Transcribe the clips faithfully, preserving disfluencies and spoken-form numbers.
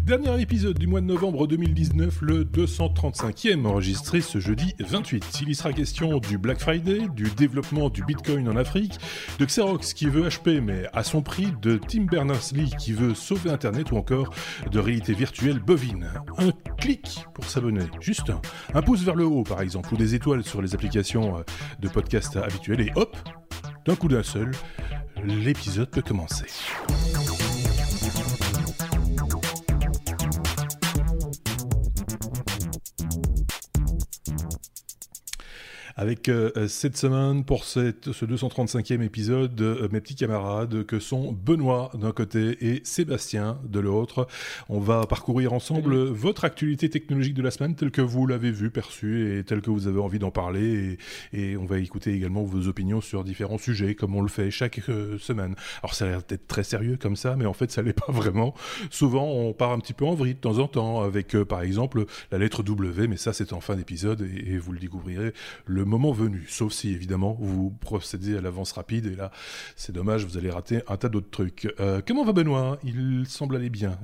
Dernier épisode du mois de novembre deux mille dix-neuf, le deux cent trente-cinquième, enregistré ce jeudi vingt-huit. Il y sera question du Black Friday, du développement du Bitcoin en Afrique, de Xerox qui veut H P mais à son prix, de Tim Berners-Lee qui veut sauver Internet ou encore de réalité virtuelle bovine. Un clic pour s'abonner, juste un. Un pouce vers le haut par exemple, ou des étoiles sur les applications de podcast habituelles et hop, d'un coup d'un seul, l'épisode peut commencer. Avec euh, cette semaine, pour cette, ce deux cent trente-cinquième épisode, euh, mes petits camarades que sont Benoît d'un côté et Sébastien de l'autre. On va parcourir ensemble mmh. votre actualité technologique de la semaine telle que vous l'avez vue, perçue et telle que vous avez envie d'en parler. Et, et on va écouter également vos opinions sur différents sujets comme on le fait chaque euh, semaine. Alors ça a l'air d'être très sérieux comme ça, mais en fait ça l'est pas vraiment. Souvent on part un petit peu en vrille de temps en temps avec euh, par exemple la lettre W, mais ça c'est en fin d'épisode et, et vous le découvrirez le moment venu, sauf si évidemment vous procédez à l'avance rapide et là c'est dommage, vous allez rater un tas d'autres trucs. Euh, comment va Benoît ? Il semble aller bien.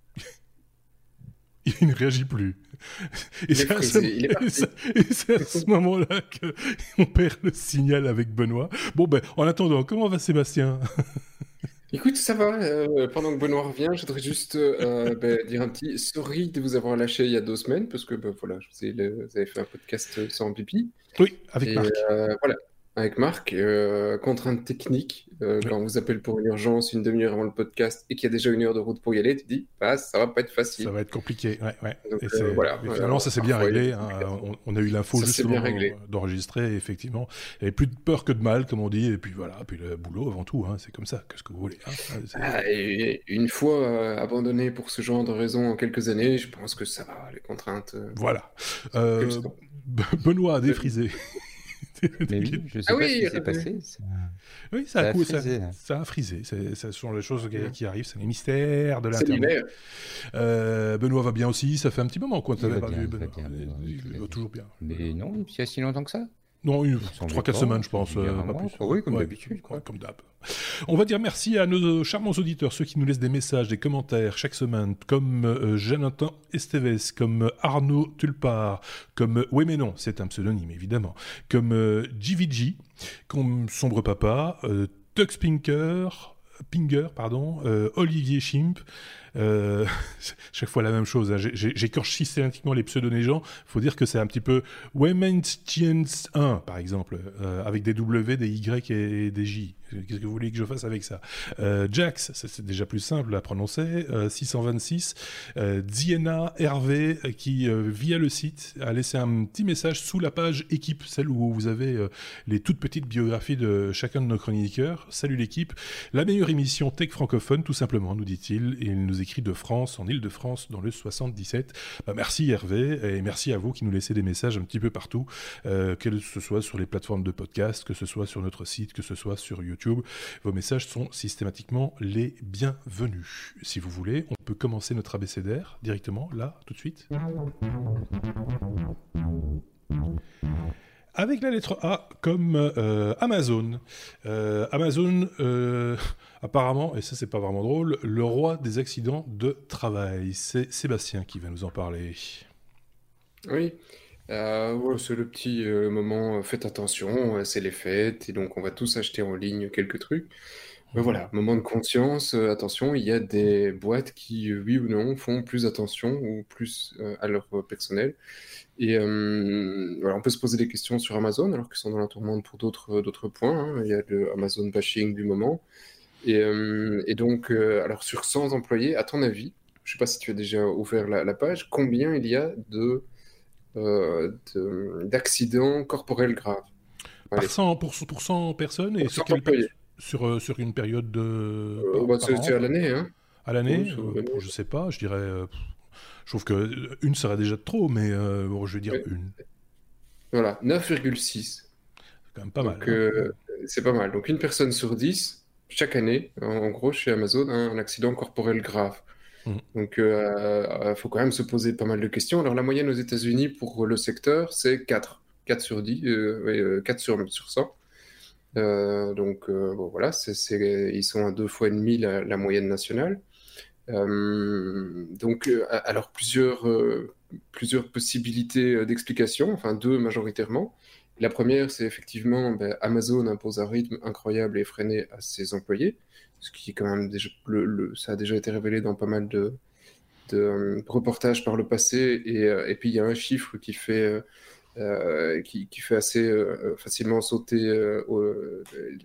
Il ne réagit plus. Et c'est, à ce... et, c'est... et c'est à ce moment-là qu'on perd le signal avec Benoît. Bon ben, en attendant, comment va Sébastien ? Écoute, ça va. Euh, pendant que Benoît revient, je voudrais juste euh, bah, dire un petit sorry de vous avoir lâché il y a deux semaines, parce que bah, voilà, je vous, ai, le, vous avez fait un podcast sans pipi. Oui, avec et, Marc. Euh, voilà, avec Marc. Euh, contrainte technique. Euh, oui. Quand on vous appelle pour une urgence une demi-heure avant le podcast et qu'il y a déjà une heure de route pour y aller, tu dis, bah, ça va pas être facile. Ça va être compliqué, ouais, ouais. Donc, et euh, voilà, mais finalement, euh, ça s'est bien réglé. Hein. On, on a eu l'info ça juste avant d'enregistrer, et effectivement. Il n'y avait plus de peur que de mal, comme on dit, et puis voilà, puis le boulot avant tout, hein. C'est comme ça, qu'est-ce que vous voulez. Hein. Ah, et une fois euh, abandonné pour ce genre de raison en quelques années, je pense que ça va, les contraintes. Euh, voilà. Euh, Benoît a défrisé. Mais oui, je sais ah pas oui, ce qui s'est passé. Ça... Oui, ça, ça, a, a coup, frisé, ça, ça a frisé. C'est, ce sont les choses qui, qui arrivent, c'est les mystères de l'internet. Euh, Benoît va bien aussi, ça fait un petit moment qu'on t'avait pas vu. Benoît. Bien, Benoît, il, il, il va toujours bien. Mais non, il y a si longtemps que ça. Non, trois quatre semaines, je pense. Euh, pas plus. Oui, comme ouais, d'habitude. Quoi. Comme d'hab. On va dire merci à nos charmants auditeurs, ceux qui nous laissent des messages, des commentaires chaque semaine, comme euh, Jonathan Esteves, comme Arnaud Tulpar, comme euh, oui mais non, c'est un pseudonyme évidemment, comme euh, G V G, comme Sombre Papa, euh, Tux Pinker, Pinger, pardon, euh, Olivier Schimp. Euh, chaque fois la même chose, hein. J'écorche systématiquement les pseudos des gens. Il faut dire que c'est un petit peu Wementians un par exemple, euh, avec des W, des Y et des J. Qu'est-ce que vous voulez que je fasse avec ça? euh, Jax, ça, c'est déjà plus simple à prononcer. euh, six cent vingt-six, euh, Diana Hervé, qui euh, via le site a laissé un petit message sous la page équipe, celle où vous avez euh, les toutes petites biographies de chacun de nos chroniqueurs. Salut l'équipe, la meilleure émission tech francophone tout simplement, nous dit-il, et il nous écrit de France, en Île-de-France, dans le soixante-dix-sept. Bah, merci Hervé, et merci à vous qui nous laissez des messages un petit peu partout, euh, que ce soit sur les plateformes de podcast, que ce soit sur notre site, que ce soit sur YouTube. Vos messages sont systématiquement les bienvenus. Si vous voulez, on peut commencer notre abécédaire directement, là, tout de suite. Avec la lettre A comme euh, Amazon. Euh, Amazon, euh, apparemment, et ça c'est pas vraiment drôle, le roi des accidents de travail. C'est Sébastien qui va nous en parler. Oui, euh, ouais, c'est le petit euh, moment, euh, faites attention, euh, c'est les fêtes, et donc on va tous acheter en ligne quelques trucs. Mais voilà, moment de conscience, euh, attention, il y a des boîtes qui, euh, oui ou non, font plus attention ou plus euh, à leur euh, personnel. Et euh, voilà, on peut se poser des questions sur Amazon, alors qu'ils sont dans la tourmente pour d'autres, d'autres points. Hein. Il y a le Amazon bashing du moment. Et, euh, et donc, euh, alors sur cent employés, à ton avis, je ne sais pas si tu as déjà ouvert la, la page, combien il y a de, euh, de, d'accidents corporels graves? Par cent, pour, pour cent personnes et pour sur, cent quelle, sur, euh, sur une période de... Euh, par, bah, par c'est, an, c'est à l'année, hein. À l'année, Oui, euh, bon, je sais pas, je dirais... Euh, je trouve qu'une serait déjà de trop, mais euh, bon, je vais dire oui. une. Voilà, neuf virgule six. C'est quand même pas Donc, mal. Hein. Euh, c'est pas mal. Donc une personne sur dix, chaque année, en, en gros, chez Amazon, a un accident corporel grave. Mmh. Donc il euh, faut quand même se poser pas mal de questions. Alors la moyenne aux États-Unis pour le secteur, c'est quatre. quatre sur dix, euh, ouais, euh, quatre sur, sur cent. Euh, donc euh, bon, voilà, c'est, c'est, ils sont à deux fois et demi la, la moyenne nationale. Euh, donc, euh, alors plusieurs, euh, plusieurs possibilités d'explication, enfin deux majoritairement. La première, c'est effectivement ben, Amazon impose un rythme incroyable et effréné à ses employés, ce qui est quand même déjà, le, le- ça a déjà été révélé dans pas mal de, de euh, reportages par le passé. Et, euh, et puis il y a un chiffre qui fait, euh, euh, qui, qui fait assez euh, facilement sauter, euh, au- euh,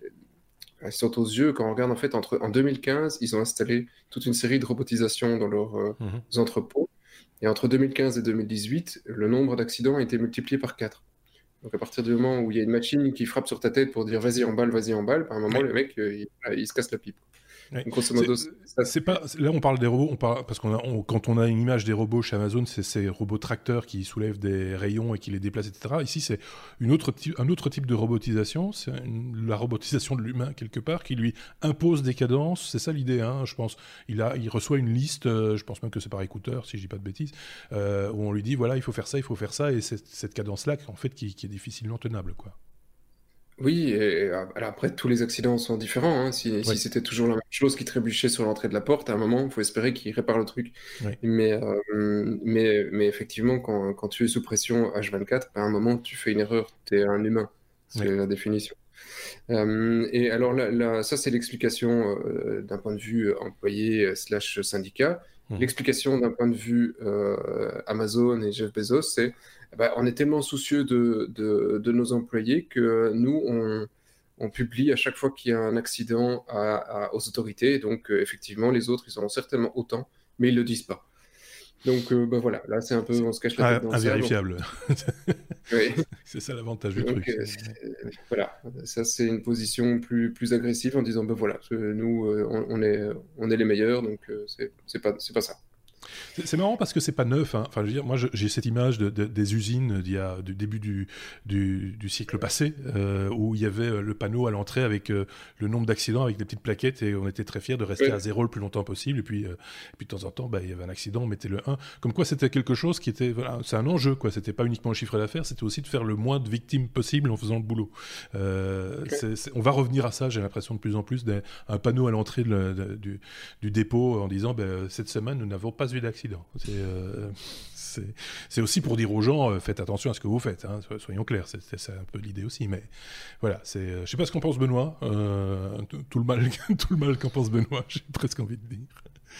saute aux yeux quand on regarde en fait entre en deux mille quinze, ils ont installé toute une série de robotisation dans leurs euh, Mhm. entrepôts. Et entre deux mille quinze et deux mille dix-huit, le nombre d'accidents a été multiplié par quatre. Donc à partir du moment où il y a une machine qui frappe sur ta tête pour dire vas-y emballe, vas-y emballe, à un moment Oui. le mec euh, il, il se casse la pipe. Oui. Donc, grosso C'est, modo, ça, c'est pas, là, on parle des robots, on parle, parce qu'on a, on- quand on a une image des robots chez Amazon, c'est ces robots tracteurs qui soulèvent des rayons et qui les déplacent, et cetera. Ici, c'est une autre type, un autre type de robotisation, c'est une- la robotisation de l'humain, quelque part, qui lui impose des cadences. C'est ça l'idée, hein, je pense. Il, a, il reçoit une liste, euh, je pense même que c'est par écouteur, si je dis pas de bêtises, euh, où on lui dit, voilà, il faut faire ça, il faut faire ça, et c'est cette cadence-là, en fait, qui, qui est difficilement tenable, quoi. Oui, et alors après, tous les accidents sont différents, hein. Si, Oui, si c'était toujours la même chose qui trébuchait sur l'entrée de la porte, à un moment, il faut espérer qu'il répare le truc. oui, Mais, euh, mais, mais effectivement, quand, quand tu es sous pression H vingt-quatre, à un moment, tu fais une erreur. Tu es un humain. oui. C'est la définition. Euh, et alors là, là, ça, c'est l'explication euh, d'un point de vue euh, employé euh, slash syndicat. Mhm. L'explication d'un point de vue euh, Amazon et Jeff Bezos, c'est eh ben, on est tellement soucieux de, de, de nos employés que nous, on, on publie à chaque fois qu'il y a un accident à, à- aux autorités. Donc, euh, effectivement, les autres, ils en ont certainement autant, mais ils le disent pas. Donc, euh, ben voilà, là, c'est un peu, C'est on se cache la tête ah, dans le sable. invérifiable. Oui. C'est ça l'avantage du Donc, truc. euh, c'est- c'est- voilà, ça c'est une position plus, plus agressive en disant, ben voilà, euh, nous, euh, on, on est, on est les meilleurs, donc euh, c'est c'est pas, c'est pas ça. C'est c'est marrant parce que c'est pas neuf, hein. Enfin, je veux dire, moi, je- j'ai cette image de, de- des usines d'il y a, du début du, du, du siècle passé, euh, où il y avait euh, le panneau à l'entrée avec euh, le nombre d'accidents avec des petites plaquettes, et on était très fiers de rester Ouais. à zéro le plus longtemps possible. Et puis, euh, et puis de temps en temps, bah, il y avait un accident, on mettait le un. Comme quoi, c'était quelque chose qui était, voilà, c'est un enjeu, quoi. C'était pas uniquement le chiffre d'affaires, c'était aussi de faire le moins de victimes possible en faisant le boulot. Euh, Ok. c'est- c'est- on va revenir à ça, j'ai l'impression de plus en plus, d'un un panneau à l'entrée de le- de- du, du dépôt en disant, ben, cette semaine, nous n'avons pas eu d'accident. C'est euh, c'est- c'est aussi pour dire aux gens, euh, faites attention à ce que vous faites, hein, so- soyons clairs, c'est c'est- c'est un peu l'idée aussi, mais voilà, c'est, euh, je sais pas ce qu'en pense Benoît, euh, tout, tout le mal, tout le mal qu'en pense Benoît, j'ai presque envie de dire.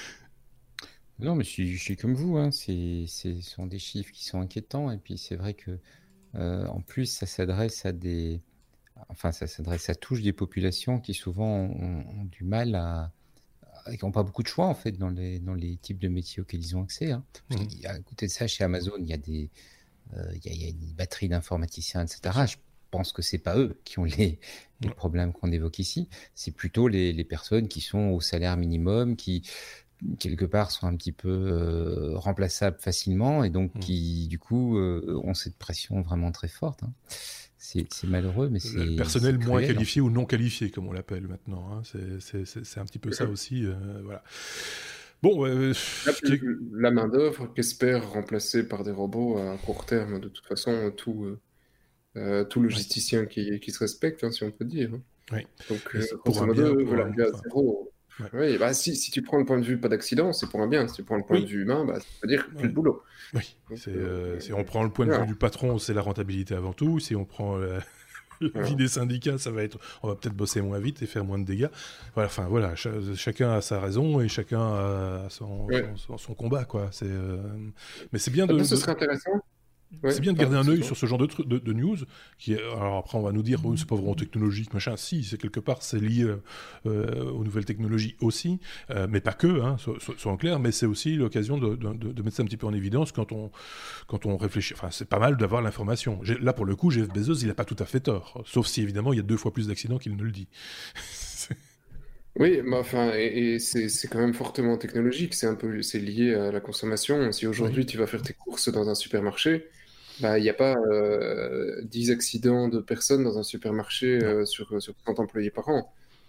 Non, mais je suis, je suis comme vous, hein. C'est, c'est- ce sont des chiffres qui sont inquiétants. Et puis c'est vrai que, euh, en plus, ça s'adresse à des, enfin, ça s'adresse, ça touche des populations qui souvent ont, ont du mal à, à- qui n'ont pas beaucoup de choix en fait dans les, dans les types de métiers auxquels ils ont accès, hein. Parce Mhm. qu'il y a- à côté de ça, chez Amazon, il y a des, euh, il y a, il y a une batterie d'informaticiens, et cetera. Je pense que c'est pas eux qui ont les, les Non. problèmes qu'on évoque ici. C'est plutôt les, les personnes qui sont au salaire minimum, qui quelque part sont un petit peu euh, remplaçables facilement et donc Mhm. qui du coup euh, ont cette pression vraiment très forte, hein. C'est c'est malheureux, mais Le c'est personnel c'est moins cruel, en qualifié ou non qualifié, comme on l'appelle maintenant, hein, c'est- c'est c'est- c'est un petit peu ça aussi, euh, voilà. Bon, euh, La, quel- la main-d'œuvre qu'espère remplacer par des robots à court terme, de toute façon, tout, euh, euh, tout ouais, logisticien qui, qui se respecte, hein, si on peut dire, hein. ouais. Donc, Mais euh, c'est pour grosso un bien, modo, pour voilà, un, il y a enfin, zéro. ouais. Oui, bah, si, si tu prends le point de vue pas d'accident, c'est pour un bien. Si tu prends le point de Oui, vue humain, bah, ça veut dire plus ouais. de boulot. Oui, Donc, c'est, euh, euh, si on prend le point de vue voilà. du patron, c'est la rentabilité avant tout. Si on prend euh, la Voilà. vie des syndicats, ça va être, on va peut-être bosser moins vite et faire moins de dégâts. Voilà, enfin voilà, cha- chacun a sa raison et chacun a son, Ouais. son, son- son combat, quoi. C'est, euh, mais c'est bien de, Maintenant, ce de- serait intéressant. Ouais, c'est bien de pardon, garder un œil excuse-moi. sur ce genre de, tru- de, de news. Qui est, alors après, on va nous dire, oh, c'est pas vraiment technologique, machin. Si, c'est quelque part, c'est lié euh, euh, aux nouvelles technologies aussi, euh, mais pas que, hein, so- so- soyons clairs. Mais c'est aussi l'occasion de, de, de- de mettre ça un petit peu en évidence quand on, quand on réfléchit. Enfin, c'est pas mal d'avoir l'information. J'ai- Là, pour le coup, Jeff Bezos, il a pas tout à fait tort. Sauf si, évidemment, il y a deux fois plus d'accidents qu'il ne le dit. C'est- Oui, mais enfin, et, et c'est c'est quand même fortement technologique. C'est un peu, c'est lié à la consommation. Si oui, aujourd'hui tu vas faire tes courses dans un supermarché, bah il n'y a pas euh, dix accidents de personnes dans un supermarché non, euh, sur sur cent employés par an.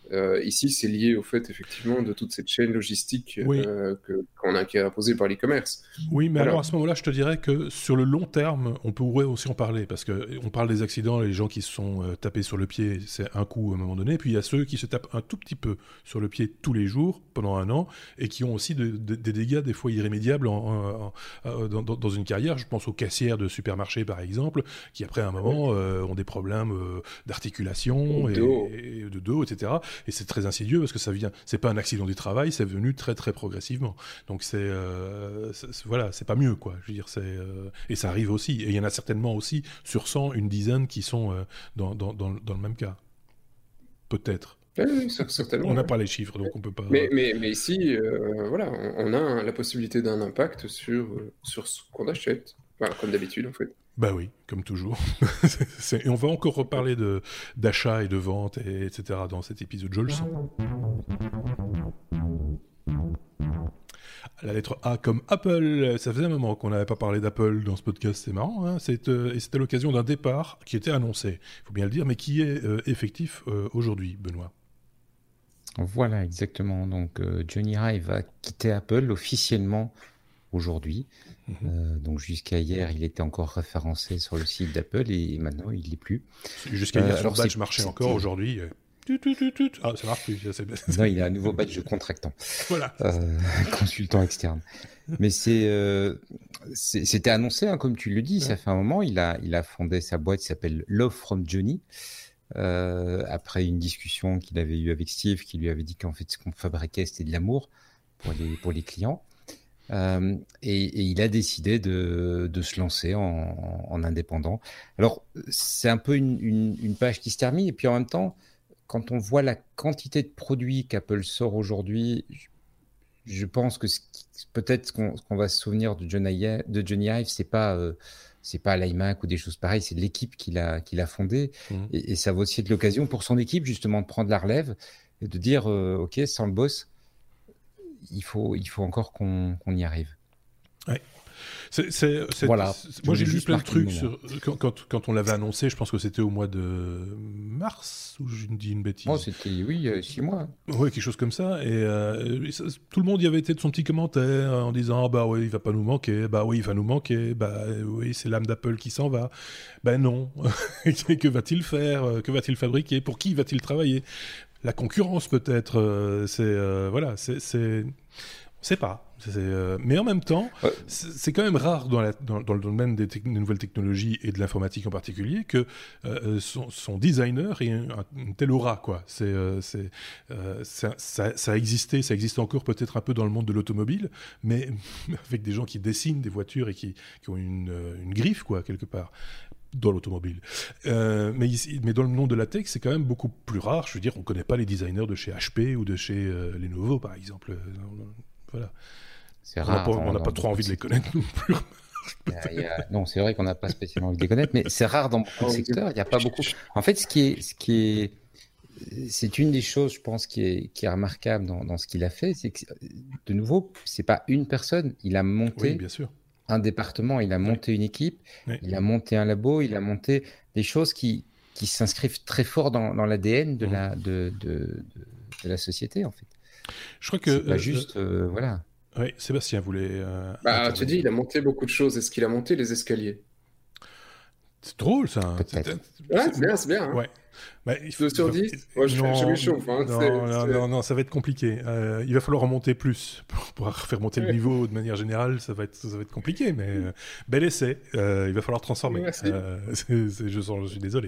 Euh, ici, c'est lié au fait, effectivement, de toute cette chaîne logistique Oui. euh, que, qu'on a, qui est imposée par l'e-commerce. Oui, mais Voilà. alors à ce moment-là, je te dirais que sur le long terme, on pourrait aussi en parler, parce qu'on parle des accidents, les gens qui se sont euh, tapés sur le pied, c'est un coup à un moment donné, puis il y a ceux qui se tapent un tout petit peu sur le pied tous les jours, pendant un an, et qui ont aussi de, de, des dégâts des fois irrémédiables en, en, en, dans, dans une carrière. Je pense aux caissières de supermarchés, par exemple, qui après un moment euh, ont des problèmes euh, d'articulation et, et de dos, et cetera. Et c'est très insidieux, parce que ça vient, c'est pas un accident du travail, c'est venu très très progressivement. Donc c'est... Euh, c'est voilà, c'est pas mieux, quoi. Je veux dire, c'est euh, et ça arrive aussi. Et il y en a certainement aussi sur cent, une dizaine qui sont euh, dans, dans, dans, dans le même cas. Peut-être. Oui, oui, certainement. On n'a ouais. pas les chiffres, donc on peut pas. Mais, mais, mais ici, euh, voilà, on, on a un- la possibilité d'un impact sur, euh, sur ce qu'on achète. Voilà, comme d'habitude, en fait. Bah oui, comme toujours. c'est... Et on va encore reparler de, d'achat et de vente, et, etc. dans cet épisode, je le sens. La lettre A comme Apple. Ça faisait un moment qu'on n'avait pas parlé d'Apple dans ce podcast, c'est marrant. Hein, c'est, euh, et c'était l'occasion d'un départ qui était annoncé, il faut bien le dire, mais qui est euh, effectif euh, aujourd'hui, Benoît. Voilà, exactement. Donc euh, Johnny Ive va quitter Apple officiellement aujourd'hui. Mmh. Euh, donc jusqu'à hier, il était encore référencé sur le site d'Apple et maintenant il l'est plus. Jusqu'à hier, euh, son badge marchait encore. Aujourd'hui, euh... Tut, tut, tut, tut. Ah, ça marche plus. C'est... Non, il a un nouveau badge de contractant. Voilà. Euh, consultant externe. Mais c'est, euh, c'est, c'était annoncé, hein, comme tu le dis, ouais. Ça fait un moment. Il a, il a fondé sa boîte qui s'appelle Love from Johnny. Euh, après une discussion qu'il avait eue avec Steve, qui lui avait dit qu'en fait, ce qu'on fabriquait, c'était de l'amour pour les, pour les clients. Euh, et, et il a décidé de, de se lancer en, en indépendant. Alors, c'est un peu une, une, une page qui se termine. Et puis en même temps, quand on voit la quantité de produits qu'Apple sort aujourd'hui, je, je pense que ce qui, peut-être ce qu'on, ce qu'on va se souvenir de Johnny, de Johnny Ive, c'est pas, euh, c'est pas l'iMac ou des choses pareilles, c'est l'équipe qu'il a, qu'il a fondée. Mmh. Et, et ça va aussi être l'occasion pour son équipe, justement, de prendre la relève et de dire, euh, OK, sans le boss, il faut, il faut encore qu'on, qu'on y arrive. Ouais. C'est, c'est, c'est, voilà. c'est, moi, j'ai lu plein de trucs sur, quand, quand, quand on l'avait annoncé. Je pense que c'était au mois de mars, ou je dis une bêtise. Oh, c'était, oui, euh, six mois. Oui, quelque chose comme ça. Et, euh, et ça, tout le monde y avait été de son petit commentaire en disant ah, bah oui, il va pas nous manquer. Bah oui, il va nous manquer. Bah oui, c'est l'âme d'Apple qui s'en va. Ben non. Que va-t-il faire? Que va-t-il fabriquer? Pour qui va-t-il travailler? La concurrence, peut-être. Euh, c'est euh, voilà, c'est. c'est... On sait pas. C'est, euh, mais en même temps, ouais. c'est, c'est quand même rare dans, la, dans, dans le domaine des, tec- des nouvelles technologies et de l'informatique en particulier que euh, son, son designer ait un, un, une telle aura, quoi. C'est, euh, c'est, euh, ça, ça, ça a existé, ça existe encore peut-être un peu dans le monde de l'automobile, mais avec des gens qui dessinent des voitures et qui, qui ont une, une griffe, quoi, quelque part. Dans l'automobile. Euh, mais, ici, mais dans le monde de la tech, c'est quand même beaucoup plus rare. Je veux dire, on ne connaît pas les designers de chez H P ou de chez euh, Lenovo, par exemple. Voilà. C'est on rare. On n'a pas, pas trop envie de les connaître non plus. Il y a, il y a... Non, c'est vrai qu'on n'a pas spécialement envie de les connaître, mais c'est rare dans beaucoup de secteurs. Il n'y a pas beaucoup. En fait, ce qui est, ce qui est, c'est une des choses, je pense, qui est, qui est remarquable dans, dans ce qu'il a fait, c'est que, de nouveau, c'est pas une personne. Il a monté. Oui, bien sûr. Un département, il a monté oui. une équipe, oui. il a monté un labo, il a monté des choses qui, qui s'inscrivent très fort dans, dans l'A D N de, mmh. la, de, de, de, de la société, en fait. Je crois que... C'est pas euh, juste... Euh, voilà. Oui, Sébastien voulait... Euh, bah, tu dis, il a monté beaucoup de choses. Est-ce qu'il a monté les escaliers? C'est drôle, ça. Peut-être. C'est... Ouais, c'est bien, c'est bien. Hein. Ouais. Bah, il faut... deux sur dix ouais, je, non, je m'échauffe. Hein. Non, c'est, non, c'est... non, non, ça va être compliqué. Euh, il va falloir en monter plus pour pouvoir faire monter ouais. le niveau de manière générale. Ça va être, ça va être compliqué, mais euh, bel essai. Euh, il va falloir transformer. Merci. Euh, c'est, c'est, je, sens, je suis désolé.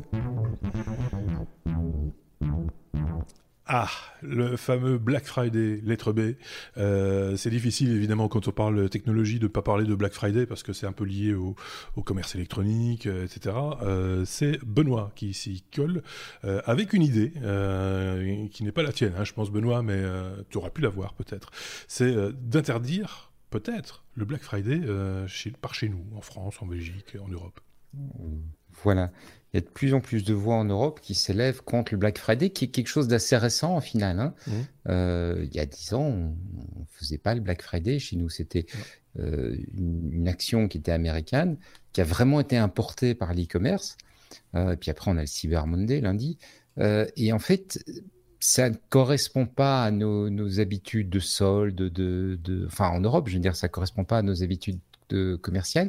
Ah, le fameux Black Friday, lettre B. Euh, c'est difficile, évidemment, quand on parle technologie, de ne pas parler de Black Friday, parce que c'est un peu lié au, au commerce électronique, euh, et cetera. Euh, c'est Benoît qui s'y colle, euh, avec une idée, euh, qui n'est pas la tienne, hein, je pense, Benoît, mais euh, tu aurais pu l'avoir, peut-être. C'est euh, d'interdire, peut-être, le Black Friday euh, chez, par chez nous, en France, en Belgique, en Europe. Voilà. Il y a de plus en plus de voix en Europe qui s'élèvent contre le Black Friday, qui est quelque chose d'assez récent, en final. Hein. Mmh. Euh, il y a dix ans, on ne faisait pas le Black Friday. Chez nous, c'était euh, une, une action qui était américaine, qui a vraiment été importée par l'e-commerce. Euh, puis après, on a le Cyber Monday, lundi. Euh, et en fait, ça ne correspond pas à nos, nos habitudes de solde, de, de, enfin en Europe, je veux dire, ça ne correspond pas à nos habitudes de commerciales.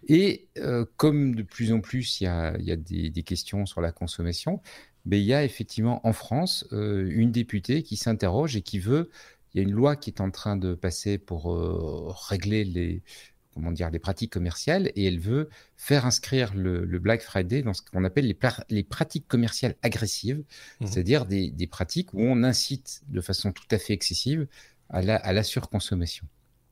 Et euh, comme de plus en plus, il y a, il y a des, des questions sur la consommation, mais il y a effectivement en France euh, une députée qui s'interroge et qui veut, il y a une loi qui est en train de passer pour euh, régler les, comment dire, les pratiques commerciales, et elle veut faire inscrire le, le Black Friday dans ce qu'on appelle les, pla- les pratiques commerciales agressives, mmh. c'est-à-dire des, des pratiques où on incite de façon tout à fait excessive à la, à la surconsommation.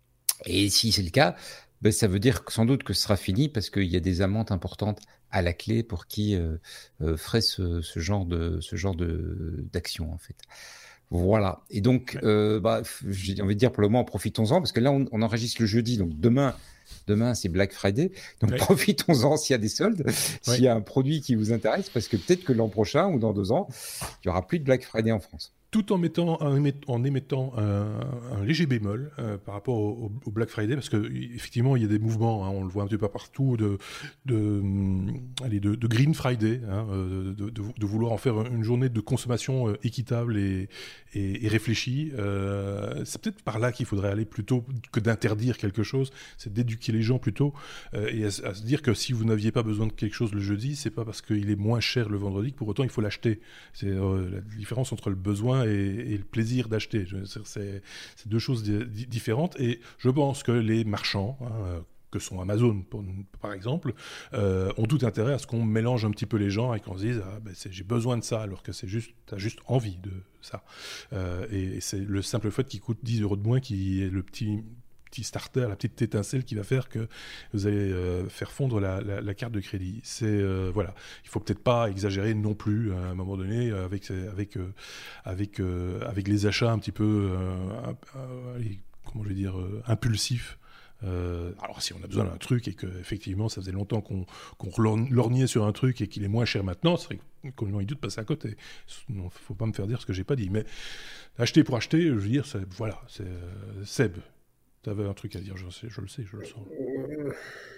Et si c'est le cas, ben, ça veut dire que, sans doute que ce sera fini parce qu'il y a des amendes importantes à la clé pour qui euh, euh, ferait ce, ce genre de ce genre de d'action en fait. Voilà. Et donc, euh, bah, j'ai envie de dire pour le moment, profitons-en parce que là, on, on enregistre le jeudi, donc demain. Demain, c'est Black Friday. Donc, oui. profitons-en s'il y a des soldes, oui. s'il y a un produit qui vous intéresse, parce que peut-être que l'an prochain ou dans deux ans, il n'y aura plus de Black Friday en France. Tout en, mettant, en émettant un, un léger bémol euh, par rapport au, au Black Friday, parce qu'effectivement, il y a des mouvements, hein, on le voit un petit peu partout, de, de, allez, de, de Green Friday, hein, de, de, de vouloir en faire une journée de consommation équitable et, et, et réfléchie. Euh, c'est peut-être par là qu'il faudrait aller plutôt que d'interdire quelque chose, c'est d'éduquer les gens plutôt, euh, et à, à se dire que si vous n'aviez pas besoin de quelque chose le jeudi, c'est pas parce qu'il est moins cher le vendredi que pour autant il faut l'acheter. C'est euh, la différence entre le besoin et, et le plaisir d'acheter. C'est, c'est deux choses di- différentes, et je pense que les marchands, hein, que sont Amazon pour, par exemple, euh, ont tout intérêt à ce qu'on mélange un petit peu les gens et qu'on se dise ah, ben c'est, j'ai besoin de ça, alors que c'est juste, t'as juste envie de ça. Euh, et, et c'est le simple fait qu'il coûte dix euros de moins qui est le petit... petit starter, la petite étincelle qui va faire que vous allez euh, faire fondre la, la, la carte de crédit. C'est euh, voilà, il faut peut-être pas exagérer non plus à un moment donné avec avec euh, avec euh, avec les achats un petit peu euh, euh, comment je vais dire euh, impulsifs. Euh, alors si on a besoin d'un truc et que effectivement ça faisait longtemps qu'on, qu'on lorgnait sur un truc et qu'il est moins cher maintenant, ce serait complètement idiot de passer à côté. Non, faut pas me faire dire ce que j'ai pas dit. Mais acheter pour acheter, je veux dire, c'est, voilà, c'est euh, Seb. Tu avais un truc à dire, je, sais, je le sais, je le sens. Euh,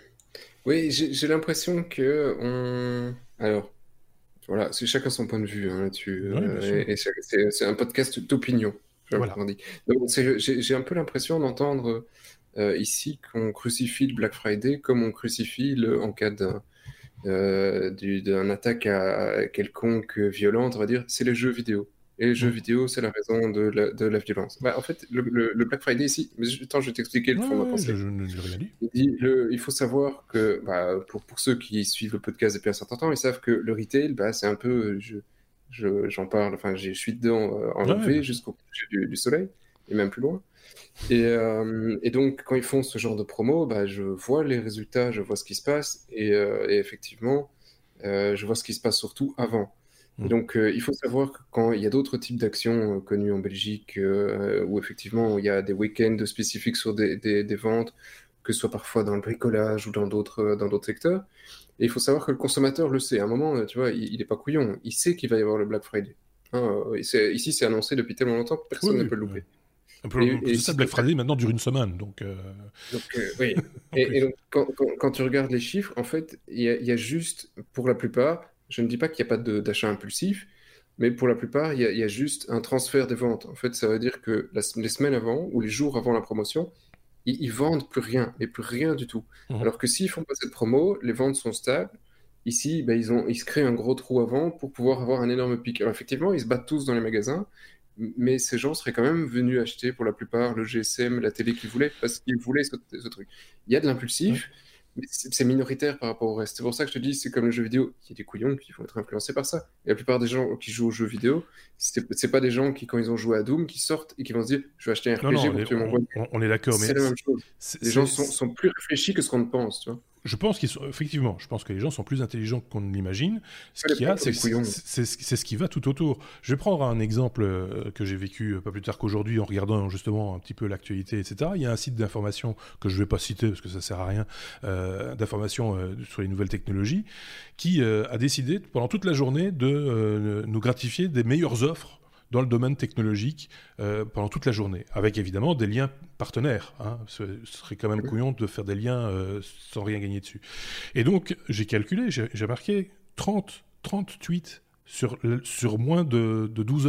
oui, j'ai, j'ai l'impression que on. Alors, voilà, c'est chacun son point de vue hein, là-dessus. Oui, euh, et, et c'est, c'est, c'est un podcast d'opinion. Voilà. Dit. Donc, c'est, j'ai, j'ai un peu l'impression d'entendre euh, ici qu'on crucifie le Black Friday comme on crucifie le, en cas d'un, euh, du, d'un attaque à, à quelconque violente, on va dire, c'est les jeux vidéo. Et les jeux mmh. vidéo, c'est la raison de la, de la violence. Bah, en fait, le, le, le Black Friday ici, mais attends, je vais t'expliquer le fond de ma pensée. Je n'ai rien dit. Il, dit, le, il faut savoir que, bah, pour, pour ceux qui suivent le podcast depuis un certain temps, ils savent que le retail, bah, c'est un peu, je, je, j'en parle, enfin, je suis dedans euh, enlevé ouais, jusqu'au coucher du, du soleil, et même plus loin. Et, euh, et donc, quand ils font ce genre de promo, bah, je vois les résultats, je vois ce qui se passe, et, euh, et effectivement, euh, je vois ce qui se passe surtout avant. Et donc, euh, il faut savoir que quand il y a d'autres types d'actions euh, connues en Belgique, euh, où effectivement il y a des week-ends spécifiques sur des, des, des ventes, que ce soit parfois dans le bricolage ou dans d'autres, dans d'autres secteurs, et il faut savoir que le consommateur le sait. À un moment, tu vois, il n'est pas couillon, il sait qu'il va y avoir le Black Friday. Hein, c'est, ici, c'est annoncé depuis tellement longtemps que personne oui, ne peut le louper. Un peu, et, et ça, si Black Friday maintenant dure une semaine, donc. Euh... donc euh, oui. et, et donc, quand, quand, quand tu regardes les chiffres, en fait, il y, y a juste, pour la plupart. Je ne dis pas qu'il n'y a pas de, d'achat impulsif, mais pour la plupart, il y, a, il y a juste un transfert des ventes. En fait, ça veut dire que la, les semaines avant ou les jours avant la promotion, ils, ils vendent plus rien, mais plus rien du tout. Mmh. Alors que s'ils font pas cette promo, les ventes sont stables. Ici, ben, ils, ont, ils se créent un gros trou avant pour pouvoir avoir un énorme pic. Alors effectivement, ils se battent tous dans les magasins, mais ces gens seraient quand même venus acheter pour la plupart le G S M, la télé qu'ils voulaient, parce qu'ils voulaient ce, ce truc. Il y a de l'impulsif. Mmh. Mais c'est minoritaire par rapport au reste. C'est pour ça que je te dis, c'est comme le jeu vidéo. Il y a des couillons qui vont être influencés par ça. Et la plupart des gens qui jouent aux jeux vidéo, c'est, c'est pas des gens qui, quand ils ont joué à Doom, qui sortent et qui vont se dire je vais acheter un R P G non, non, pour tuer mon voisin. On, on est d'accord, c'est mais. la même chose. C'est, les c'est, gens sont, sont plus réfléchis que ce qu'on ne pense, tu vois. Je pense qu'ils sont, effectivement, je pense que les gens sont plus intelligents qu'on ne l'imagine. Ce qu'il y a, c'est, c'est, c'est, c'est ce qui va tout autour. Je vais prendre un exemple euh, que j'ai vécu euh, pas plus tard qu'aujourd'hui en regardant justement un petit peu l'actualité, et cetera. Il y a un site d'information que je ne vais pas citer parce que ça sert à rien, euh, d'information euh, sur les nouvelles technologies, qui euh, a décidé pendant toute la journée de euh, nous gratifier des meilleures offres dans le domaine technologique euh, pendant toute la journée, avec évidemment des liens partenaires. Hein. Ce serait quand même couillon de faire des liens euh, sans rien gagner dessus. Et donc, j'ai calculé, j'ai, j'ai marqué trente, trente tweets sur, sur moins de, de douze heures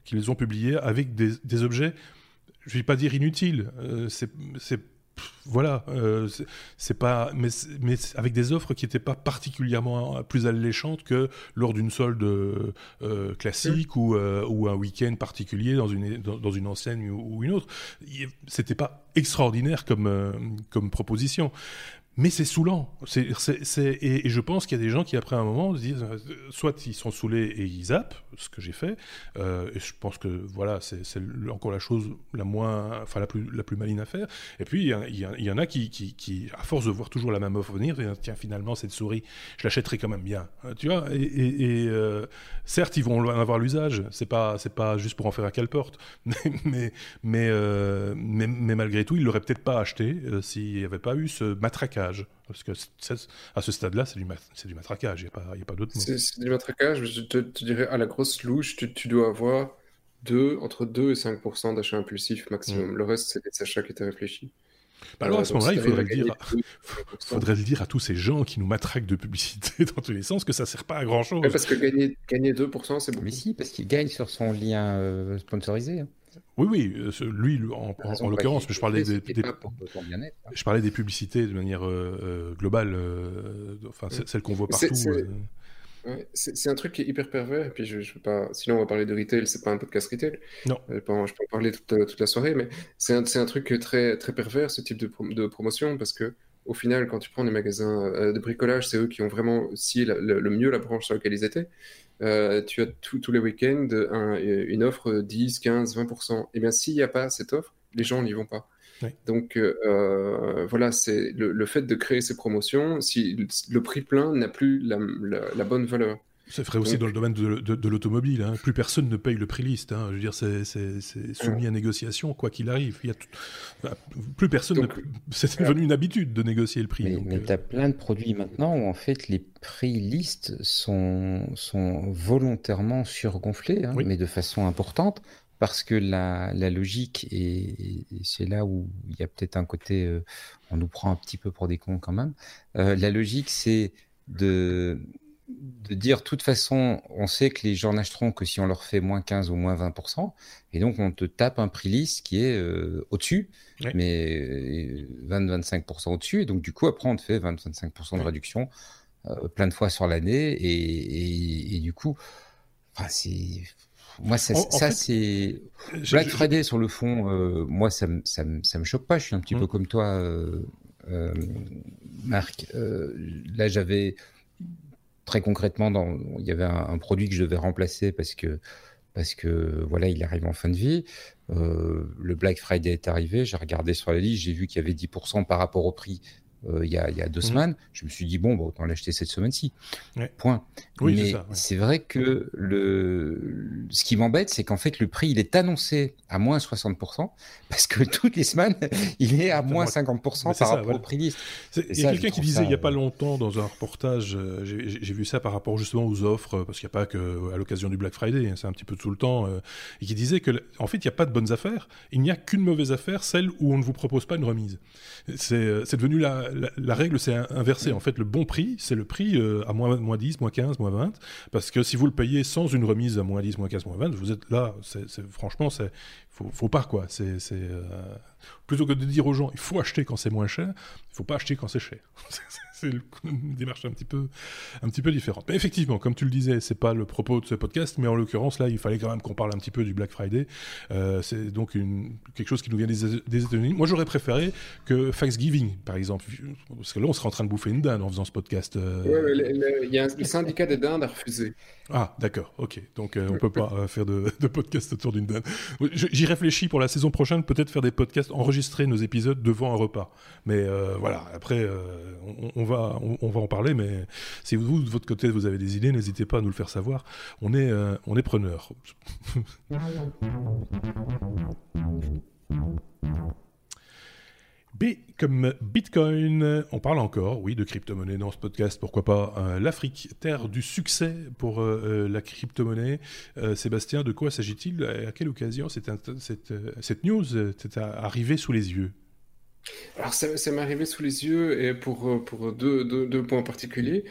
qui les ont publiés avec des, des objets, je ne vais pas dire inutiles, euh, c'est, c'est voilà, euh, c'est, c'est pas, mais, mais avec des offres qui n'étaient pas particulièrement plus alléchantes que lors d'une solde euh, classique mmh. ou, euh, ou un week-end particulier dans une, dans, dans une enseigne ou, ou une autre. C'était pas extraordinaire comme, euh, comme proposition. Mais c'est saoulant. C'est, c'est, c'est, et, et je pense qu'il y a des gens qui, après un moment, se disent, soit ils sont saoulés et ils zappent, ce que j'ai fait. Euh, et je pense que voilà, c'est, c'est encore la chose la moins, enfin la plus, la plus maligne à faire. Et puis il y, a, il y, a, il y en a qui, qui, qui, à force de voir toujours la même offre venir, tiens, finalement cette souris, je l'achèterai quand même bien. Tu vois. Et, et, et euh, certes, ils vont en avoir l'usage. C'est pas, c'est pas juste pour en faire un cale-porte. Mais, mais, mais, euh, mais, mais malgré tout, ils l'auraient peut-être pas acheté euh, s'il n'y avait pas eu ce matraquage. Parce que à ce stade-là, c'est du, mat- c'est du matraquage, il n'y a pas, y a pas d'autre mot. C'est, c'est du matraquage, je te, te dirais à la grosse louche, tu, tu dois avoir deux, entre deux et cinq pour cent d'achats impulsifs maximum. Mmh. Le reste, c'est des achats qui étaient réfléchis. Bah alors euh, à ce moment-là, il faudrait le, dire à... faudrait le dire à tous ces gens qui nous matraquent de publicité dans tous les sens que ça ne sert pas à grand-chose. Ouais, parce que gagner, gagner deux pour cent, c'est beaucoup. Mais si, parce qu'il gagne sur son lien euh, sponsorisé. Hein. Oui, oui, lui, en, en, en l'occurrence, mais je parlais des, des, des je parlais des publicités de manière euh, globale, euh, enfin mmh. celles qu'on voit partout. C'est, c'est... Euh... Ouais, c'est, c'est un truc qui est hyper pervers, et puis je, je veux pas... Sinon on va parler de retail, c'est pas un podcast retail. Non. Je peux en, je peux en parler toute, toute la soirée, mais c'est un, c'est un truc très, très pervers, ce type de, prom- de promotion, parce que au final, quand tu prends des magasins euh, de bricolage, c'est eux qui ont vraiment scié la, le, le mieux la branche sur laquelle ils étaient. Euh, tu as tous les week-ends un, une offre dix, quinze, vingt pour cent. Et bien s'il n'y a pas cette offre, les gens n'y vont pas. Oui. Donc euh, voilà, c'est le, le fait de créer ces promotions, si le, le prix plein n'a plus la, la, la bonne valeur. Ça ferait aussi Donc, dans le domaine de, de, de l'automobile. Hein. Plus personne ne paye le prix liste. Hein. Je veux dire, c'est, c'est, c'est soumis ouais. à négociation, quoi qu'il arrive. Il y a tout... enfin, plus personne. Donc, ne... C'est devenu une habitude de négocier le prix. Mais, donc, mais euh... tu as plein de produits maintenant où en fait les prix listes sont, sont volontairement surgonflés, hein, oui. mais de façon importante. Parce que la, la logique, et, et c'est là où il y a peut-être un côté, euh, on nous prend un petit peu pour des cons quand même, euh, la logique c'est de, de dire de toute façon, on sait que les gens n'achèteront que si on leur fait moins quinze ou moins vingt pour cent, et donc on te tape un prix liste qui est euh, au-dessus, oui. mais vingt à vingt-cinq pour cent au-dessus, et donc du coup après on te fait vingt à vingt-cinq pour cent de réduction euh, plein de fois sur l'année, et, et, et du coup, enfin, c'est... Moi, ça, en, ça en fait, c'est Black je, Friday je... sur le fond. Euh, moi, ça me ça me ça me choque pas. Je suis un petit mmh. peu comme toi, euh, euh, Marc. Euh, là, j'avais très concrètement, dans, il y avait un, un produit que je devais remplacer parce que parce que voilà, il arrive en fin de vie. Euh, le Black Friday est arrivé. J'ai regardé sur la liste, j'ai vu qu'il y avait dix pour cent par rapport au prix. Euh, il, y a, il y a deux mmh. semaines, je me suis dit, bon, bah, autant l'acheter cette semaine-ci. Ouais. Point. Oui, Mais c'est, ça, ouais. c'est vrai que le... ce qui m'embête, c'est qu'en fait, le prix, il est annoncé à moins soixante pour cent parce que toutes les semaines, il est à moins cinquante pour cent par ça, rapport voilà. au prix liste. Il y a quelqu'un qui disait, ça, il n'y a pas longtemps, dans un reportage, euh, j'ai, j'ai vu ça par rapport justement aux offres, parce qu'il n'y a pas qu'à l'occasion du Black Friday, hein, c'est un petit peu tout le temps, euh, et qui disait que, en fait, il n'y a pas de bonnes affaires, il n'y a qu'une mauvaise affaire, celle où on ne vous propose pas une remise. C'est, c'est devenu la, la, la règle, c'est inversé. En fait, le bon prix, c'est le prix euh, à moins, moins dix, moins quinze, moins vingt, parce que si vous le payez sans une remise à moins dix, moins quinze, moins vingt, vous êtes là, c'est, c'est, franchement, c'est, faut, faut pas, quoi. C'est, c'est, euh, plutôt que de dire aux gens, il faut acheter quand c'est moins cher, il faut pas acheter quand c'est cher. C'est une démarche un petit peu, un petit peu différente. Mais effectivement, comme tu le disais, c'est pas le propos de ce podcast, mais en l'occurrence, là, il fallait quand même qu'on parle un petit peu du Black Friday. Euh, c'est donc une, quelque chose qui nous vient des, des États-Unis. Moi, j'aurais préféré que Thanksgiving, par exemple, parce que là, on serait en train de bouffer une dinde en faisant ce podcast. Euh... Ouais, le, le, y a un, le syndicat des dindes a refusé. Ah, d'accord, ok. Donc, euh, on peut pas euh, faire de, de podcast autour d'une dinde. J'y réfléchis pour la saison prochaine, peut-être faire des podcasts, enregistrer nos épisodes devant un repas. Mais euh, voilà, après, euh, on, on va, on, on va en parler. Mais si vous, de votre côté, vous avez des idées, n'hésitez pas à nous le faire savoir. On est, euh, on est preneurs. B comme Bitcoin, on parle encore, oui, de crypto-monnaie dans ce podcast, pourquoi pas. Euh, L'Afrique, terre du succès pour euh, la crypto-monnaie. Euh, Sébastien, de quoi s'agit-il ? À quelle occasion cette, cette, cette news t'est arrivée sous les yeux ? Alors ça, ça m'est arrivé sous les yeux et pour, pour deux, deux, deux points particuliers.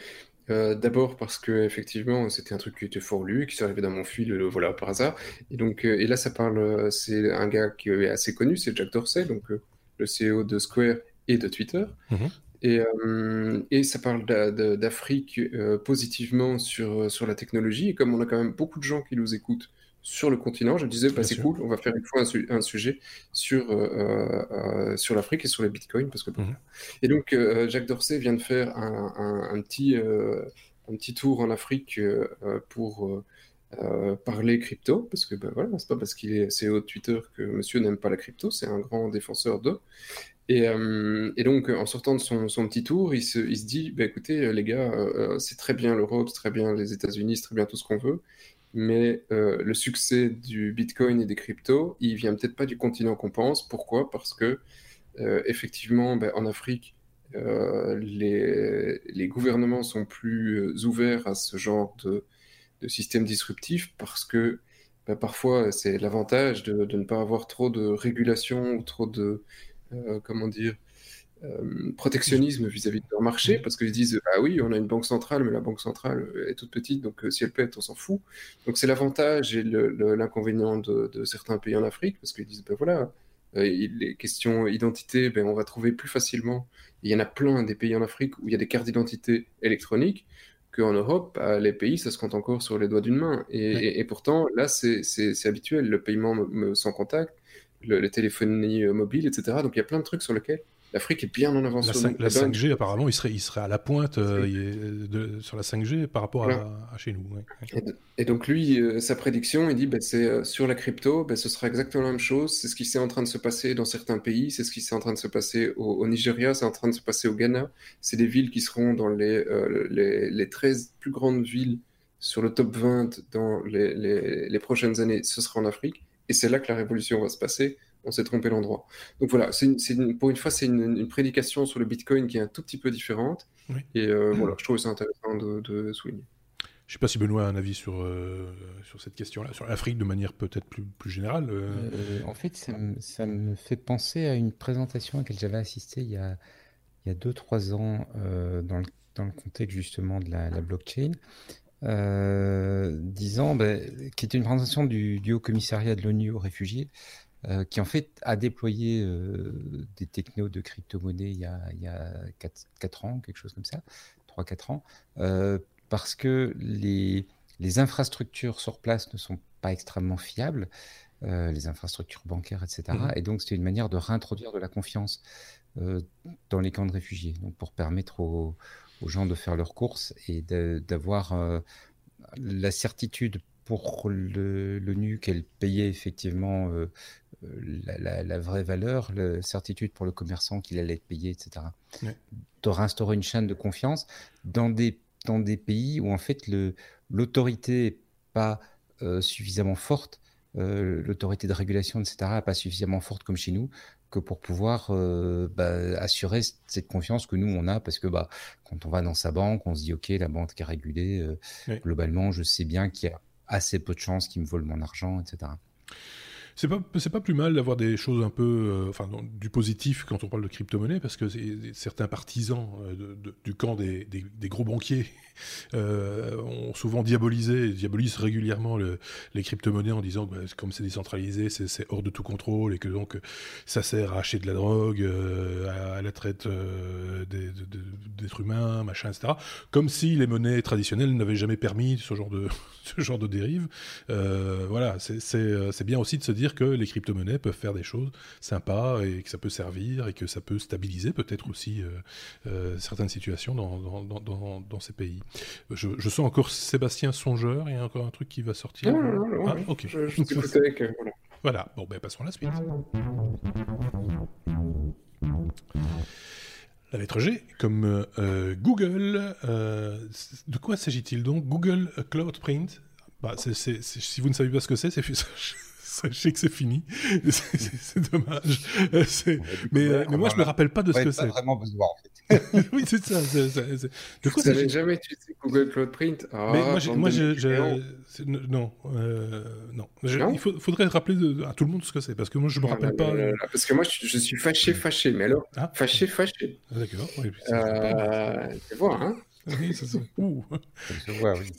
Euh, d'abord parce que effectivement c'était un truc qui était fort lu, qui s'est arrivé dans mon fil, euh, voilà, par hasard. Et donc euh, et là ça parle, euh, c'est un gars qui est assez connu, c'est Jack Dorsey, donc euh, le C E O de Square et de Twitter. Mhm. Et, euh, et ça parle d'a- d'a- d'Afrique euh, positivement sur, sur la technologie. Et comme on a quand même beaucoup de gens qui nous écoutent sur le continent, je me disais, bah, Bien c'est sûr. cool, on va faire une fois un, su- un sujet sur, euh, euh, sur l'Afrique et sur les bitcoins. Parce que, bon, Mhm. voilà. Et donc, euh, Jacques Dorsey vient de faire un, un- un petit, euh, un petit tour en Afrique euh, euh, pour euh, euh, parler crypto. Parce que, bah, voilà, c'est pas parce qu'il est C E O de Twitter que monsieur n'aime pas la crypto, c'est un grand défenseur d'eux. Et, euh, et donc, en sortant de son, son petit tour, il se, il se dit, bah, écoutez, euh, les gars, euh, c'est très bien l'Europe, c'est très bien les États-Unis, c'est très bien tout ce qu'on veut, mais euh, le succès du Bitcoin et des cryptos, il vient peut-être pas du continent qu'on pense. Pourquoi? Parce que, euh, effectivement, bah, en Afrique, euh, les, les gouvernements sont plus euh, ouverts à ce genre de, de système disruptif parce que bah, parfois, c'est l'avantage de, de ne pas avoir trop de régulation ou trop de euh, comment dire, euh, protectionnisme vis-à-vis de leur marché, Mhm. parce qu'ils disent, ah oui, on a une banque centrale, mais la banque centrale est toute petite, donc euh, si elle pète, on s'en fout. Donc c'est l'avantage et le- le- l'inconvénient de, de certains pays en Afrique, parce qu'ils disent, ben voilà, euh, il- les questions identité, ben on va trouver plus facilement. Il y en a plein des pays en Afrique où il y a des cartes d'identité électroniques, qu'en Europe, bah, les pays, ça se compte encore sur les doigts d'une main. Et, Ouais. et- et pourtant, là, c'est c'est- c'est habituel, le paiement me- me- sans contact, le, les téléphonie euh, mobile, et cetera. Donc il y a plein de trucs sur lesquels l'Afrique est bien en avance La, sur cinq- nous. la Et ben, cinq G, apparemment, il serait, il serait à la pointe euh, c'est- il est- de- sur la cinq G par rapport voilà. à, à chez nous. Ouais. Ouais. Et, de- et donc lui, euh, sa prédiction, il dit, ben, c'est euh, sur la crypto, ben, ce sera exactement la même chose. C'est ce qui s'est en train de se passer dans certains pays, c'est ce qui s'est en train de se passer au, au Nigeria, c'est en train de se passer au Ghana. C'est des villes qui seront dans les, euh, les, les treize plus grandes villes sur le top vingt dans les, les, les prochaines années. Ce sera en Afrique. Et c'est là que la révolution va se passer. On s'est trompé l'endroit. Donc voilà, c'est une- c'est une- pour une fois, c'est une, une prédication sur le Bitcoin qui est un tout petit peu différente. Oui. Et euh, voilà, je trouve ça intéressant de, de souligner. Je sais pas si Benoît a un avis sur, euh, sur cette question-là, sur l'Afrique de manière peut-être plus, plus générale. euh. Euh, en fait, ça me, ça me fait penser à une présentation à laquelle j'avais assisté il y a, il y a deux trois ans euh, dans le, dans le contexte justement de la, la blockchain, euh, disant, ben, qui était une présentation du, du Haut Commissariat de l'ONU aux réfugiés, euh, qui en fait a déployé euh, des technos de crypto-monnaie il y a, il y a quatre ans, quelque chose comme ça, trois quatre ans, euh, parce que les, les infrastructures sur place ne sont pas extrêmement fiables, euh, les infrastructures bancaires, et cetera. Mhm. Et donc, c'était une manière de réintroduire de la confiance euh, dans les camps de réfugiés, donc pour permettre aux, aux gens de faire leurs courses et de- d'avoir euh, la certitude pour le- l'ONU qu'elle payait effectivement euh, euh, la, la- la vraie valeur, la certitude pour le commerçant qu'il allait être payé, et cetera. Ouais. De réinstaurer une chaîne de confiance dans des, dans des pays où en fait le- l'autorité n'est pas euh, suffisamment forte, euh, l'autorité de régulation, et cetera, n'est pas suffisamment forte comme chez nous, que pour pouvoir euh, bah, assurer cette confiance que nous on a, parce que bah, quand on va dans sa banque, on se dit ok, la banque est régulée, euh, Ouais. globalement je sais bien qu'il y a assez peu de chances qu'ils me volent mon argent, et cetera. C'est pas, c'est pas plus mal d'avoir des choses un peu, euh, enfin, dans- du positif quand on parle de crypto-monnaie, parce que c'est- certains partisans euh, de- de- du camp des, des- des gros banquiers euh, ont souvent diabolisé, et diabolisent régulièrement le- les crypto-monnaies en disant que bah, comme c'est décentralisé, c'est, c'est hors de tout contrôle, et que donc ça sert à acheter de la drogue, euh, à, à la traite euh, des, de- de- d'êtres humains, machin, et cetera. Comme si les monnaies traditionnelles n'avaient jamais permis ce genre de, ce genre de dérive. Euh, voilà, c'est, c'est, euh, c'est bien aussi de se dire que les crypto-monnaies peuvent faire des choses sympas et que ça peut servir et que ça peut stabiliser peut-être aussi euh, euh, certaines situations dans, dans, dans, dans, dans ces pays. Je, je sens encore Sébastien songeur, il y a encore un truc qui va sortir. Non, non, non, non, Ah, oui. ok. Je, je t'écoutais avec, euh, voilà. Voilà, bon, ben passons à la suite. La lettre G, comme euh, Google. euh, de quoi s'agit-il donc? Google Cloud Print. Bah, c'est, c'est, c'est, si vous ne savez pas ce que c'est, c'est sachez que c'est fini. C'est, c'est, c'est dommage. Euh, c'est, mais, euh, mais moi, je me rappelle pas de ce que c'est. Pas vraiment besoin en fait. Oui, c'est ça. C'est, c'est, c'est... De quoi Vous n'avez s'agit-il? jamais utilisé Google Cloud Print? Ah, Mais moi, j'ai, bande moi, de j'ai, mécréants. j'ai- c'est- non, euh, non. Je- Non il faut, faudrait rappeler de- à tout le monde ce que c'est, parce que moi, je me Ah, rappelle là, pas. là, là, le- là. Parce que moi, je, je suis fâché, fâché. Mais alors, Ah, fâché, fâché. d'accord. Oui, c'est sympa. Euh, tu vois, hein? Oui, c'est ça. Ouh. Ça se voit, oui.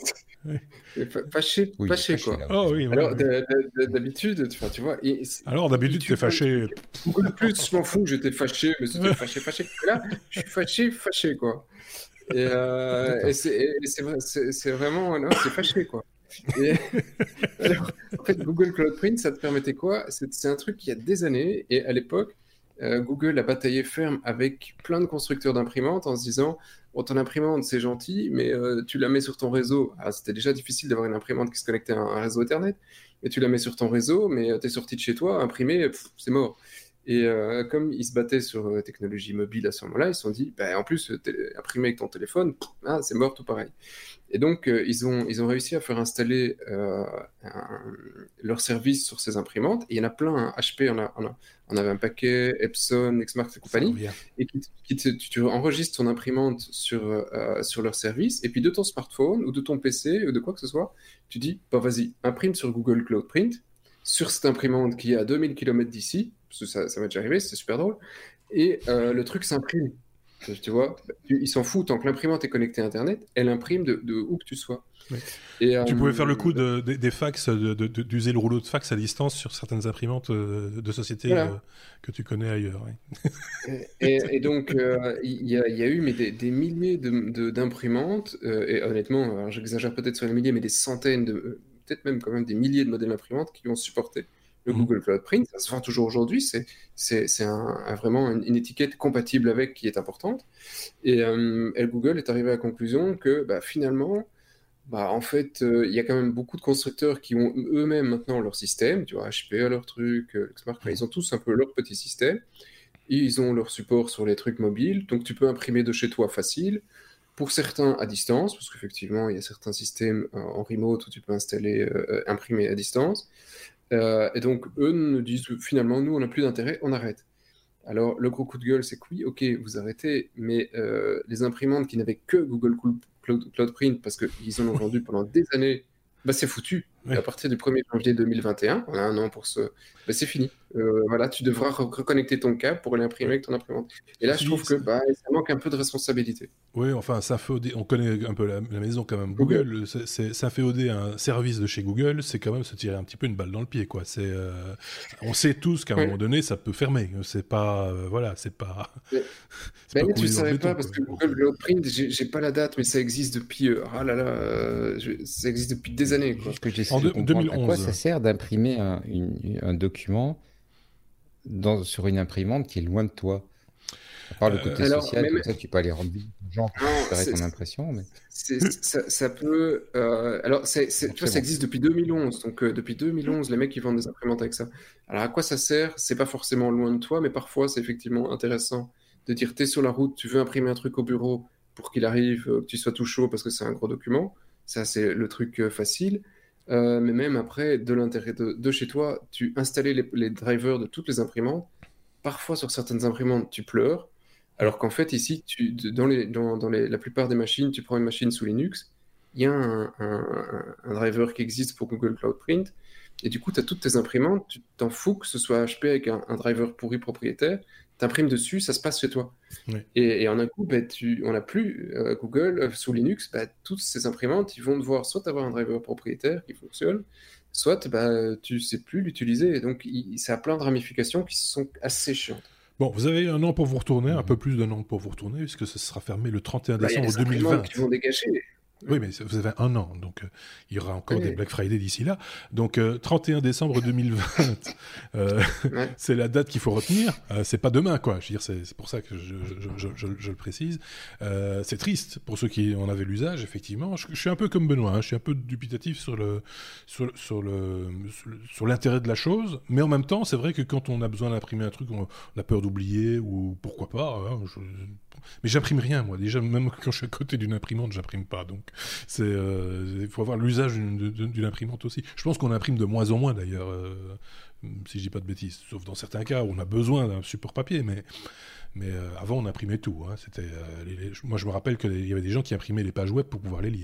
Fâché, Oui, fâché, fâché, quoi. là, Oh oui, oui, Alors, oui. d- d- d'habitude, tu, enfin, tu vois, et c'est- Alors, d'habitude, YouTube, t'es fâché. Google Plus, je m'en fous, j'étais fâché, mais c'était fâché, fâché. Et là, je suis fâché, fâché, quoi. Et, euh, D'accord. et c'est et c'est vrai- c'est- c'est vraiment, non, c'est fâché, quoi. Et alors, en fait, Google Cloud Print, ça te permettait quoi? C'est c'est un truc qui a des années, et à l'époque, euh, Google a bataillé ferme avec plein de constructeurs d'imprimantes en se disant, bon, ton imprimante, c'est gentil, mais euh, tu la mets sur ton réseau. Ah, c'était déjà difficile d'avoir une imprimante qui se connectait à un, un réseau Ethernet, mais tu la mets sur ton réseau, mais tu es sorti de chez toi, imprimé, pff, c'est mort. Et euh, comme ils se battaient sur euh, technologie mobile à ce moment-là, ils se sont dit, bah, en plus, euh, télé- imprimer avec ton téléphone, pff, ah, c'est mort, tout pareil. Et donc, euh, ils ont, ils ont réussi à faire installer euh, un- leur service sur ces imprimantes. Et il y en a plein, hein. H P, on, a, on, a- on avait un paquet, Epson, Lexmark et Ça compagnie. revient. Et qui, qui te- tu, tu enregistres ton imprimante sur, euh, sur leur service. Et puis de ton smartphone ou de ton P C ou de quoi que ce soit, tu dis, bah, vas-y, imprime sur Google Cloud Print, sur cette imprimante qui est à deux mille kilomètres d'ici, parce que ça, ça m'est déjà arrivé, c'est super drôle. Et euh, le truc s'imprime. Tu vois, ils s'en foutent, tant que l'imprimante est connectée à Internet, elle imprime de, de où que tu sois. Oui. Et, Tu euh, pouvais faire le coup de, de- des fax, de- de- de- d'user le rouleau de fax à distance sur certaines imprimantes euh, de sociétés Voilà. euh, que tu connais ailleurs. Oui. Et, et donc, euh, il y, a, il y a eu mais des, des milliers de, de- d'imprimantes, euh, et honnêtement, alors j'exagère peut-être sur les milliers, mais des centaines, de, euh, peut-être même quand même des milliers de modèles imprimantes qui ont supporté le Mhm. Google Cloud Print. Ça se vend toujours aujourd'hui, c'est, c'est, c'est un, un- vraiment une, une étiquette compatible avec qui est importante. Et, euh, et Google est arrivé à la conclusion que bah, finalement, bah, en fait, euh, il y a quand même beaucoup de constructeurs qui ont eux-mêmes maintenant leur système. Tu vois, H P a leur truc, euh, Lexmark, enfin, ils ont tous un peu leur petit système. Et ils ont leur support sur les trucs mobiles, donc tu peux imprimer de chez toi facile. Pour certains à distance, parce qu'effectivement, il y a certains systèmes euh, en remote où tu peux installer, euh, imprimer à distance. Euh, et donc, eux nous disent finalement, nous, on n'a plus d'intérêt, on arrête. Alors, le gros coup de gueule, c'est que oui, ok, vous arrêtez, mais euh, les imprimantes qui n'avaient que Google Cloud, Cloud Print, parce qu'ils en ont vendu pendant des années, bah, c'est foutu. Oui. À partir du premier janvier deux mille vingt et un, on a un an pour ce. Bah, c'est fini. Euh, voilà, tu devras re- reconnecter ton câble pour aller imprimer avec ton imprimante. Et là, Ceci je trouve dit, que c'est- bah, ça manque un peu de responsabilité. Oui, enfin, Symphoné, on connaît un peu la, la maison quand même. Google, c'est, c'est, Symphoné, un service de chez Google, c'est quand même se tirer un petit peu une balle dans le pied, quoi. C'est, euh, on sait tous qu'à un Ouais. moment donné, ça peut fermer. C'est pas, euh, voilà, c'est pas. Mais- c'est Ben, pas tu coulé ne dans le savais béton, pas, parce quoi. que Google Cloud Print, j'ai j'ai pas la date, mais ça existe depuis. euh, ah là là, euh, je- ça existe depuis des années, quoi. Juste que j'essaie En de deux- comprendre, à deux mille onze. quoi ça sert d'imprimer un, une- un document dans, sur une imprimante qui est loin de toi? À part le Euh, côté alors, social, même- comme ça tu peux aller rendre visite aux gens pour Non, récupérer c'est- ton impression. Mais... C'est- ça, ça peut. euh, alors, c'est, c'est- tu vois, C'est ça bon. existe depuis deux mille onze. Donc, euh, depuis deux mille onze, les mecs, ils vendent des imprimantes avec ça. Alors, à quoi ça sert? C'est pas forcément loin de toi, mais parfois, c'est effectivement intéressant de dire, t'es sur la route, tu veux imprimer un truc au bureau pour qu'il arrive, euh, que tu sois tout chaud parce que c'est un gros document. Ça, c'est le truc euh, facile. Euh, mais même après, de l'intérêt de, de chez toi, tu installais les, les drivers de toutes les imprimantes. Parfois, sur certaines imprimantes, tu pleures. Alors qu'en fait, ici, tu, dans, les, dans, dans les, la plupart des machines, tu prends une machine sous Linux, il y a un, un, un driver qui existe pour Google Cloud Print, et du coup, tu as toutes tes imprimantes, tu t'en fous que ce soit H P avec un, un driver pourri propriétaire, tu imprimes dessus, ça se passe chez toi. Oui. Et, et en un coup, bah, tu, on n'a plus euh, Google euh, sous Linux, bah, toutes ces imprimantes, ils vont devoir soit avoir un driver propriétaire qui fonctionne, soit bah, tu ne sais plus l'utiliser. Et donc, il, ça a plein de ramifications qui sont assez chiantes. Bon, vous avez un an pour vous retourner, un peu plus d'un an pour vous retourner, puisque ce sera fermé le trente et un Bah, il y a décembre des deux mille imprimantes vingt. qui vont dégager. Oui, mais vous avez un an, donc euh, il y aura encore Oui. des Black Friday d'ici là. Donc euh, trente et un décembre deux mille vingt, euh, Ouais. c'est la date qu'il faut retenir. Euh, c'est pas demain, quoi. Je veux dire, c'est, c'est pour ça que je, je, je, je, je le précise. Euh, c'est triste pour ceux qui en avaient l'usage, effectivement. Je, je suis un peu comme Benoît, hein. Je suis un peu dubitatif sur le sur, sur le sur, le- sur l'intérêt de la chose, mais en même temps, c'est vrai que quand on a besoin d'imprimer un truc, on, on a peur d'oublier ou pourquoi pas. Hein, je- mais j'imprime rien, moi. Déjà, même quand je suis à côté d'une imprimante, j'imprime pas. Donc, c'est, euh, il faut avoir l'usage d'une, d'une- d'une imprimante aussi. Je pense qu'on imprime de moins en moins, d'ailleurs, euh, si je dis pas de bêtises. Sauf dans certains cas où on a besoin d'un support papier, mais, mais euh, avant, on imprimait tout. Hein. C'était, euh, les- les- moi, je me rappelle qu'il y avait des gens qui imprimaient les pages web pour pouvoir les lire.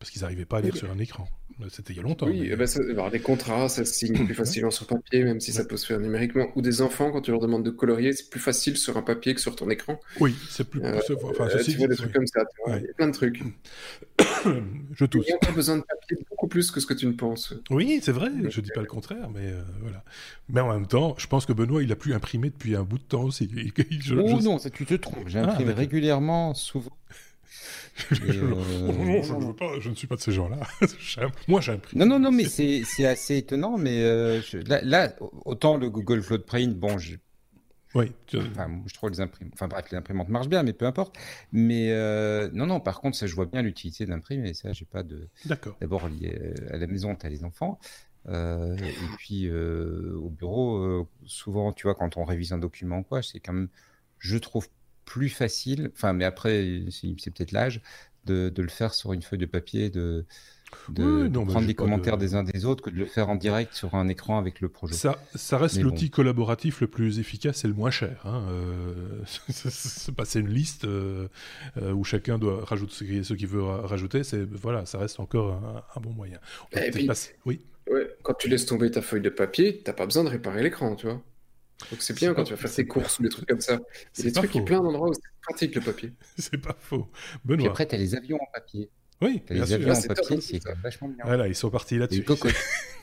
parce qu'ils n'arrivaient pas à lire Oui. sur un écran. C'était il y a longtemps. Oui, mais- eh ben, ça- alors, des contrats, ça se signe plus facilement sur papier, même si ça Ouais. peut se faire numériquement. Ou des enfants, quand tu leur demandes de colorier, c'est plus facile sur un papier que sur ton écran. Oui, c'est plus. Euh, c'est- enfin, Euh, ceci tu vois, dit, des trucs oui. comme ça, tu vois, Ouais. il y a plein de trucs. Je tousse. Il y a encore besoin de papier beaucoup plus que ce que tu ne penses. Oui, c'est vrai, je dis pas le contraire, mais euh, voilà. Mais en même temps, je pense que Benoît, il a plus imprimé depuis un bout de temps aussi. Il- je- Oh je- non, ça tu te trompes. Ah, J'imprime d'accord. régulièrement, souvent. je, Et, je- euh, non, non, je ne veux pas, je ne suis pas de ces gens-là. J'im- Moi, j'imprime. Non, non, non, mais c'est c'est assez étonnant. Mais euh, je- là, là, autant le Google Float Print, bon, je, Oui, tu- enfin, moi, je trouve les imprimantes, enfin bref, les imprimantes marchent bien, mais peu importe. Mais euh, non, non, par contre, ça, je vois bien l'utilité d'imprimer. Ça, j'ai pas de. d'accord. D'abord, lié à la maison, tu as les enfants. Euh, et puis euh, au bureau, euh, souvent, tu vois, quand on révise un document ou quoi, c'est quand même, je trouve, plus facile. Enfin, mais après, c'est c'est peut-être l'âge de, de le faire sur une feuille de papier, de, de, Oui, de non, mais prendre j'ai les pas commentaires de- des uns des autres que de le faire en direct sur un écran avec le projet. Ça, ça reste Mais l'outil collaboratif le plus efficace et le moins cher. Hein. Euh, c'est passer une liste euh, euh, où chacun doit rajouter ce qu'il veut ra- rajouter. C'est voilà, ça reste encore un, un bon moyen. On va Et peut-être puis- passer- Oui. Ouais, quand tu laisses tomber ta feuille de papier, t'as pas besoin de réparer l'écran, tu vois. Donc c'est bien C'est quand pas- tu vas faire c'est tes pas- courses ou des trucs comme ça. Il y C'est a des pas trucs, il y a faux. plein d'endroits où c'est pratique le papier. C'est pas faux. Puis Benoît. après, tu as les avions en papier. Oui, T'as bien les sûr. avions Là, en c'est top papier, aussi, c'est ça. quand même vachement bien. Voilà, ils sont partis Et là-dessus. une cocotte.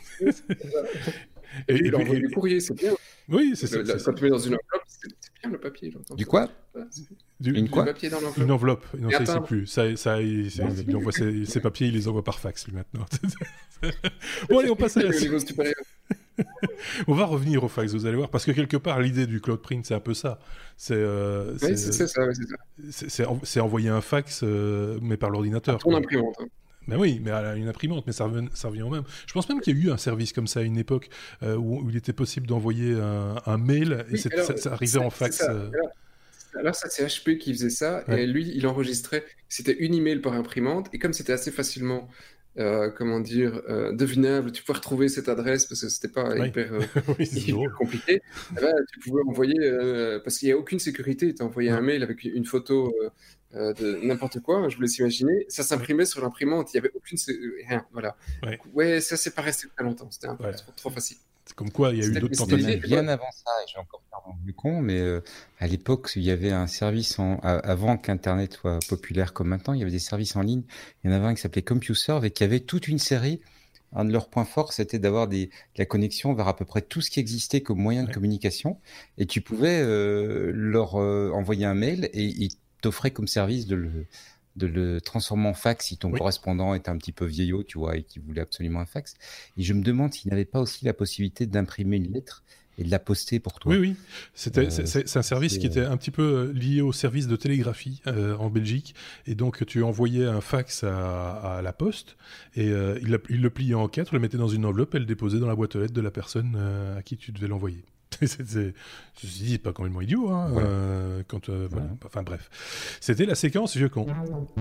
Et- Et, et- il envoie et- du courrier, c'est bien. Oui, c'est ça. Le- c'est la- ça. quand tu mets dans une enveloppe, c'est c'est bien le papier. j'entends Du ça. quoi Voilà, c'est Du- Une du- quoi Du papier dans Une l'enveloppe. enveloppe. Non, Et ça, il sait attends. plus. Ça, ça, il, c'est- Non, il envoie ses, ses papiers, il les envoie par fax, lui, maintenant. Bon, allez, on passe à la Au suite. niveau supérieur. On va revenir au fax, vous allez voir, parce que quelque part, l'idée du cloud print, c'est un peu ça. C'est euh, Oui, c'est- c'est c'est ça, ouais, c'est ça. c'est- c'est en- c'est envoyer un fax, euh, mais par l'ordinateur. Ton quoi. imprimante. hein. Mais oui, mais à une imprimante, mais ça revient, ça revient au même. Je pense même qu'il y a eu un service comme ça à une époque euh, où, où il était possible d'envoyer un, un mail et Oui, c'est- alors, ça, ça arrivait c'est- en c'est fax. ça. euh, Alors, alors ça, c'est H P qui faisait ça, Ouais. et lui, il enregistrait, c'était une email par imprimante, et comme c'était assez facilement, euh, comment dire, euh, devinable, tu pouvais retrouver cette adresse, parce que c'était pas Oui. hyper, euh, oui, c'est hyper drôle. compliqué, eh ben, tu pouvais envoyer, euh, parce qu'il n'y a aucune sécurité, tu as envoyé Non. un mail avec une photo euh, euh, de n'importe quoi, je vous laisse imaginer, ça s'imprimait sur l'imprimante, il n'y avait aucune, sé- rien, voilà. Ouais. Donc, ouais, ça c'est pas resté très longtemps, c'était un peu Voilà. trop, trop facile. C'est comme quoi, il y a eu C'était- d'autres mais c'était Même tentatives. l'idée. bien avant ça, et j'ai encore pas rendu compte, mais euh, à l'époque, il y avait un service en, a- avant qu'Internet soit populaire comme maintenant, il y avait des services en ligne. Il y en avait un qui s'appelait CompuServe et qui avait toute une série. Un de leurs points forts, c'était d'avoir des, de la connexion vers à peu près tout ce qui existait comme moyen de Ouais. communication. Et tu pouvais euh, leur euh, envoyer un mail et ils t'offraient comme service de le, de le transformer en fax si ton Oui. correspondant était un petit peu vieillot, tu vois, et qui voulait absolument un fax. Et je me demande s'il n'avait pas aussi la possibilité d'imprimer une lettre et de la poster pour toi. Oui, oui. C'était, Euh, c'est, c'est- c'est un service c'est, qui était euh, un petit peu euh, lié au service de télégraphie euh, en Belgique. Et donc, tu envoyais un fax à, à la poste et euh, il, la- il le pliait en quatre, le mettait dans une enveloppe et le déposait dans la boîte aux lettres de la personne euh, à qui tu devais l'envoyer. C'est, c'est, ceci dit, c'est pas complètement idiot, hein, Voilà. euh, quand, euh, voilà. Voilà. Enfin, bref. C'était la séquence vieux con.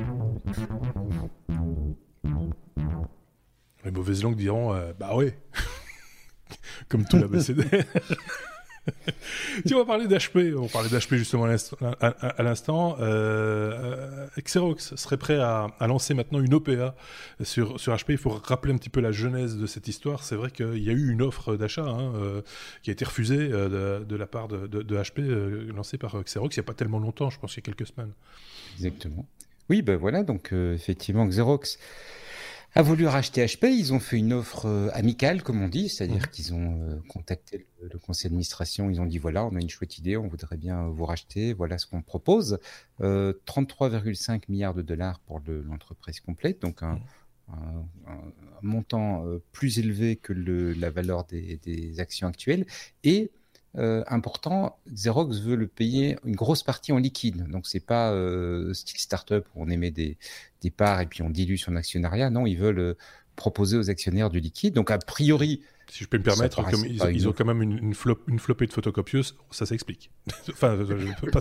Les mauvaises langues diront, euh, bah ouais. Comme tout l'A B C D. Tu vas parler d'H P. On parlait d'H P justement à l'instant. À, à- à l'instant. Euh, euh, Xerox serait prêt à, à lancer maintenant une O P A sur, sur H P. Il faut rappeler un petit peu la genèse de cette histoire. C'est vrai qu'il y a eu une offre d'achat hein, euh, qui a été refusée euh, de, de la part de, de- de H P, euh, lancée par Xerox il n'y a pas tellement longtemps, je pense qu'il y a quelques semaines. Exactement. Oui, ben voilà, donc euh, effectivement, Xerox a voulu racheter H P. Ils ont fait une offre euh, amicale, comme on dit, c'est-à-dire Mhm. qu'ils ont euh, contacté le, le conseil d'administration. Ils ont dit voilà, on a une chouette idée, on voudrait bien vous racheter. Voilà ce qu'on propose. Euh, trente-trois virgule cinq milliards de dollars pour le- l'entreprise complète, donc un, Mhm. un- un- un montant euh, plus élevé que le- la valeur des, des actions actuelles. Et euh, important, Xerox veut le payer une grosse partie en liquide. Donc c'est pas euh, style startup où on émet des, des parts et puis on dilue son actionnariat. Non, ils veulent euh, proposer aux actionnaires du liquide. Donc a priori, Si je peux me Ça permettre, paraissait comme ils, pas ils une ont offre. quand même une, une, flop- une flopée de photocopieuses, ça s'explique. Enfin, je je peux pas.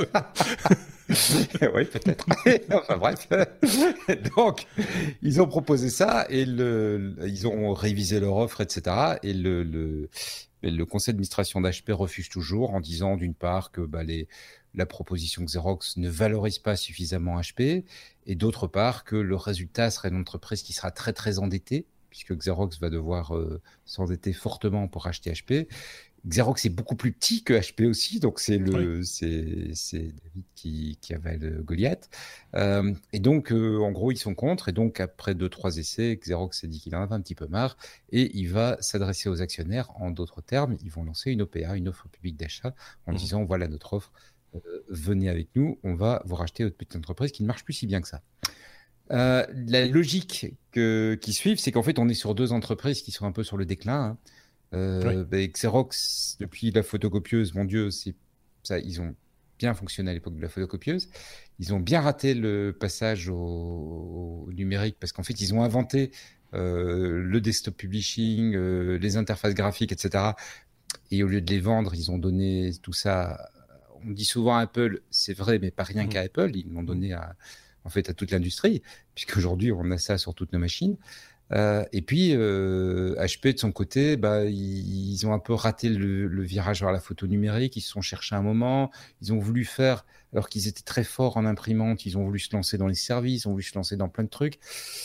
oui, peut-être. Enfin bref. Donc, ils ont proposé ça et le, ils ont révisé leur offre, et cetera. Et le, le, le conseil d'administration d'H P refuse toujours en disant d'une part que bah, les, la proposition Xerox ne valorise pas suffisamment H P et d'autre part que le résultat serait une entreprise qui sera très très endettée puisque Xerox va devoir euh, s'endetter fortement pour acheter H P. Xerox est beaucoup plus petit que H P aussi, donc c'est le oui. c'est, c'est David qui, qui avale Goliath. Euh, et donc, euh, en gros, ils sont contre. Et donc, après deux, trois essais, Xerox s'est dit qu'il en avait un petit peu marre et il va s'adresser aux actionnaires. En d'autres termes, ils vont lancer une O P A, une offre publique d'achat, en mmh. disant voilà notre offre, euh, venez avec nous, on va vous racheter votre petite entreprise qui ne marche plus si bien que ça. Euh, la logique que, qui suit, c'est qu'en fait, on est sur deux entreprises qui sont un peu sur le déclin. Hein. Euh, oui. bah, Xerox, depuis la photocopieuse, mon Dieu, c'est, ça, ils ont bien fonctionné à l'époque de la photocopieuse. Ils ont bien raté le passage au, au numérique parce qu'en fait, ils ont inventé euh, le desktop publishing, euh, les interfaces graphiques, et cetera. Et au lieu de les vendre, ils ont donné tout ça. On dit souvent à Apple, c'est vrai, mais pas rien mmh. qu'à Apple. Ils l'ont donné à, en fait, à toute l'industrie, puisqu'aujourd'hui, on a ça sur toutes nos machines. Euh, et puis, euh, H P, de son côté, bah, ils, ils ont un peu raté le, le virage vers la photo numérique. Ils se sont cherchés un moment. Ils ont voulu faire, alors qu'ils étaient très forts en imprimante, ils ont voulu se lancer dans les services, ils ont voulu se lancer dans plein de trucs.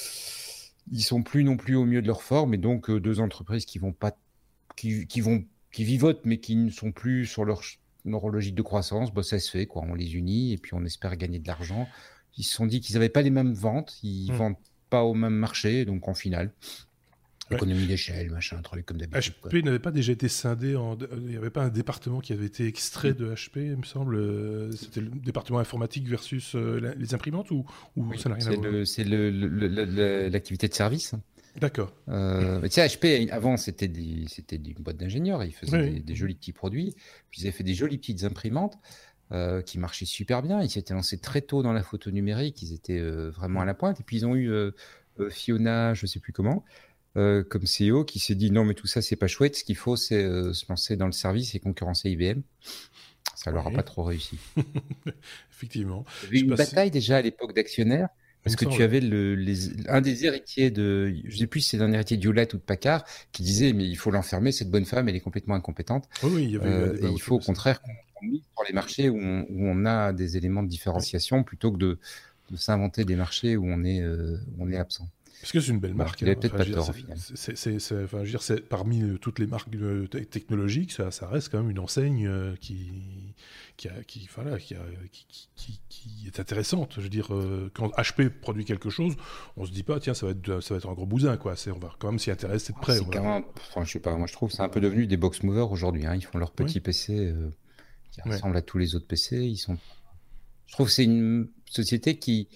Ils sont plus non plus au mieux de leur forme. Et donc, euh, deux entreprises qui vont pas, qui, qui vont, qui vivotent, mais qui ne sont plus sur leur, leur logique de croissance, bah, ça se fait, quoi. On les unit et puis on espère gagner de l'argent. Ils se sont dit qu'ils n'avaient pas les mêmes ventes. Ils mmh. vendent pas au même marché, donc en finale, ouais. économie d'échelle, machin, un truc comme d'habitude. H P quoi. N'avait pas déjà été scindé, en... il n'y avait pas un département qui avait été extrait mmh. de H P, il me semble, c'était le département informatique versus euh, les imprimantes ou, ou oui, ça n'a rien c'est à voir le, C'est le, le, le, le, l'activité de service. D'accord. Euh, tu sais, H P, avant, c'était, des, c'était une boîte d'ingénieurs, ils faisaient oui. des, des jolis petits produits, puis ils avaient fait des jolies petites imprimantes. Euh, qui marchaient super bien. Ils s'étaient lancés très tôt dans la photo numérique. Ils étaient euh, vraiment à la pointe. Et puis, ils ont eu euh, euh, Fiona, je ne sais plus comment, euh, comme C E O, qui s'est dit non, mais tout ça, c'est pas chouette. Ce qu'il faut, c'est euh, se lancer dans le service et concurrencer I B M. Ça leur oui. a pas trop réussi. Effectivement. Il y avait une bataille si... déjà à l'époque d'actionnaires. Parce que tu avais le, les, un des héritiers de, je ne sais plus si c'est un héritier de Hewlett ou de Packard, qui disait mais il faut l'enfermer, cette bonne femme, elle est complètement incompétente. Oui, oui, il y avait euh, et il faut au contraire qu'on mise sur les marchés où on, où on a des éléments de différenciation oui. plutôt que de, de s'inventer des marchés où on est, euh, où on est absent. Parce que c'est une belle marque. Il hein. avait peut-être enfin, pas tort au final. C'est, c'est, c'est, enfin, je veux dire, c'est, parmi toutes les marques technologiques, ça, ça reste quand même une enseigne euh, qui, qui, a, qui, voilà, qui, a, qui, qui, qui est intéressante. Je veux dire, euh, quand H P produit quelque chose, on se dit pas, tiens, ça va être, ça va être un gros bousin, quoi. C'est, on va quand même s'y intéresser de près. C'est quand même, enfin, je sais pas, moi je trouve que c'est un peu devenu des box movers aujourd'hui. Hein. Ils font leur petit oui. P C euh, qui ressemble ouais. à tous les autres P C. Ils sont... Je trouve que c'est une société qui...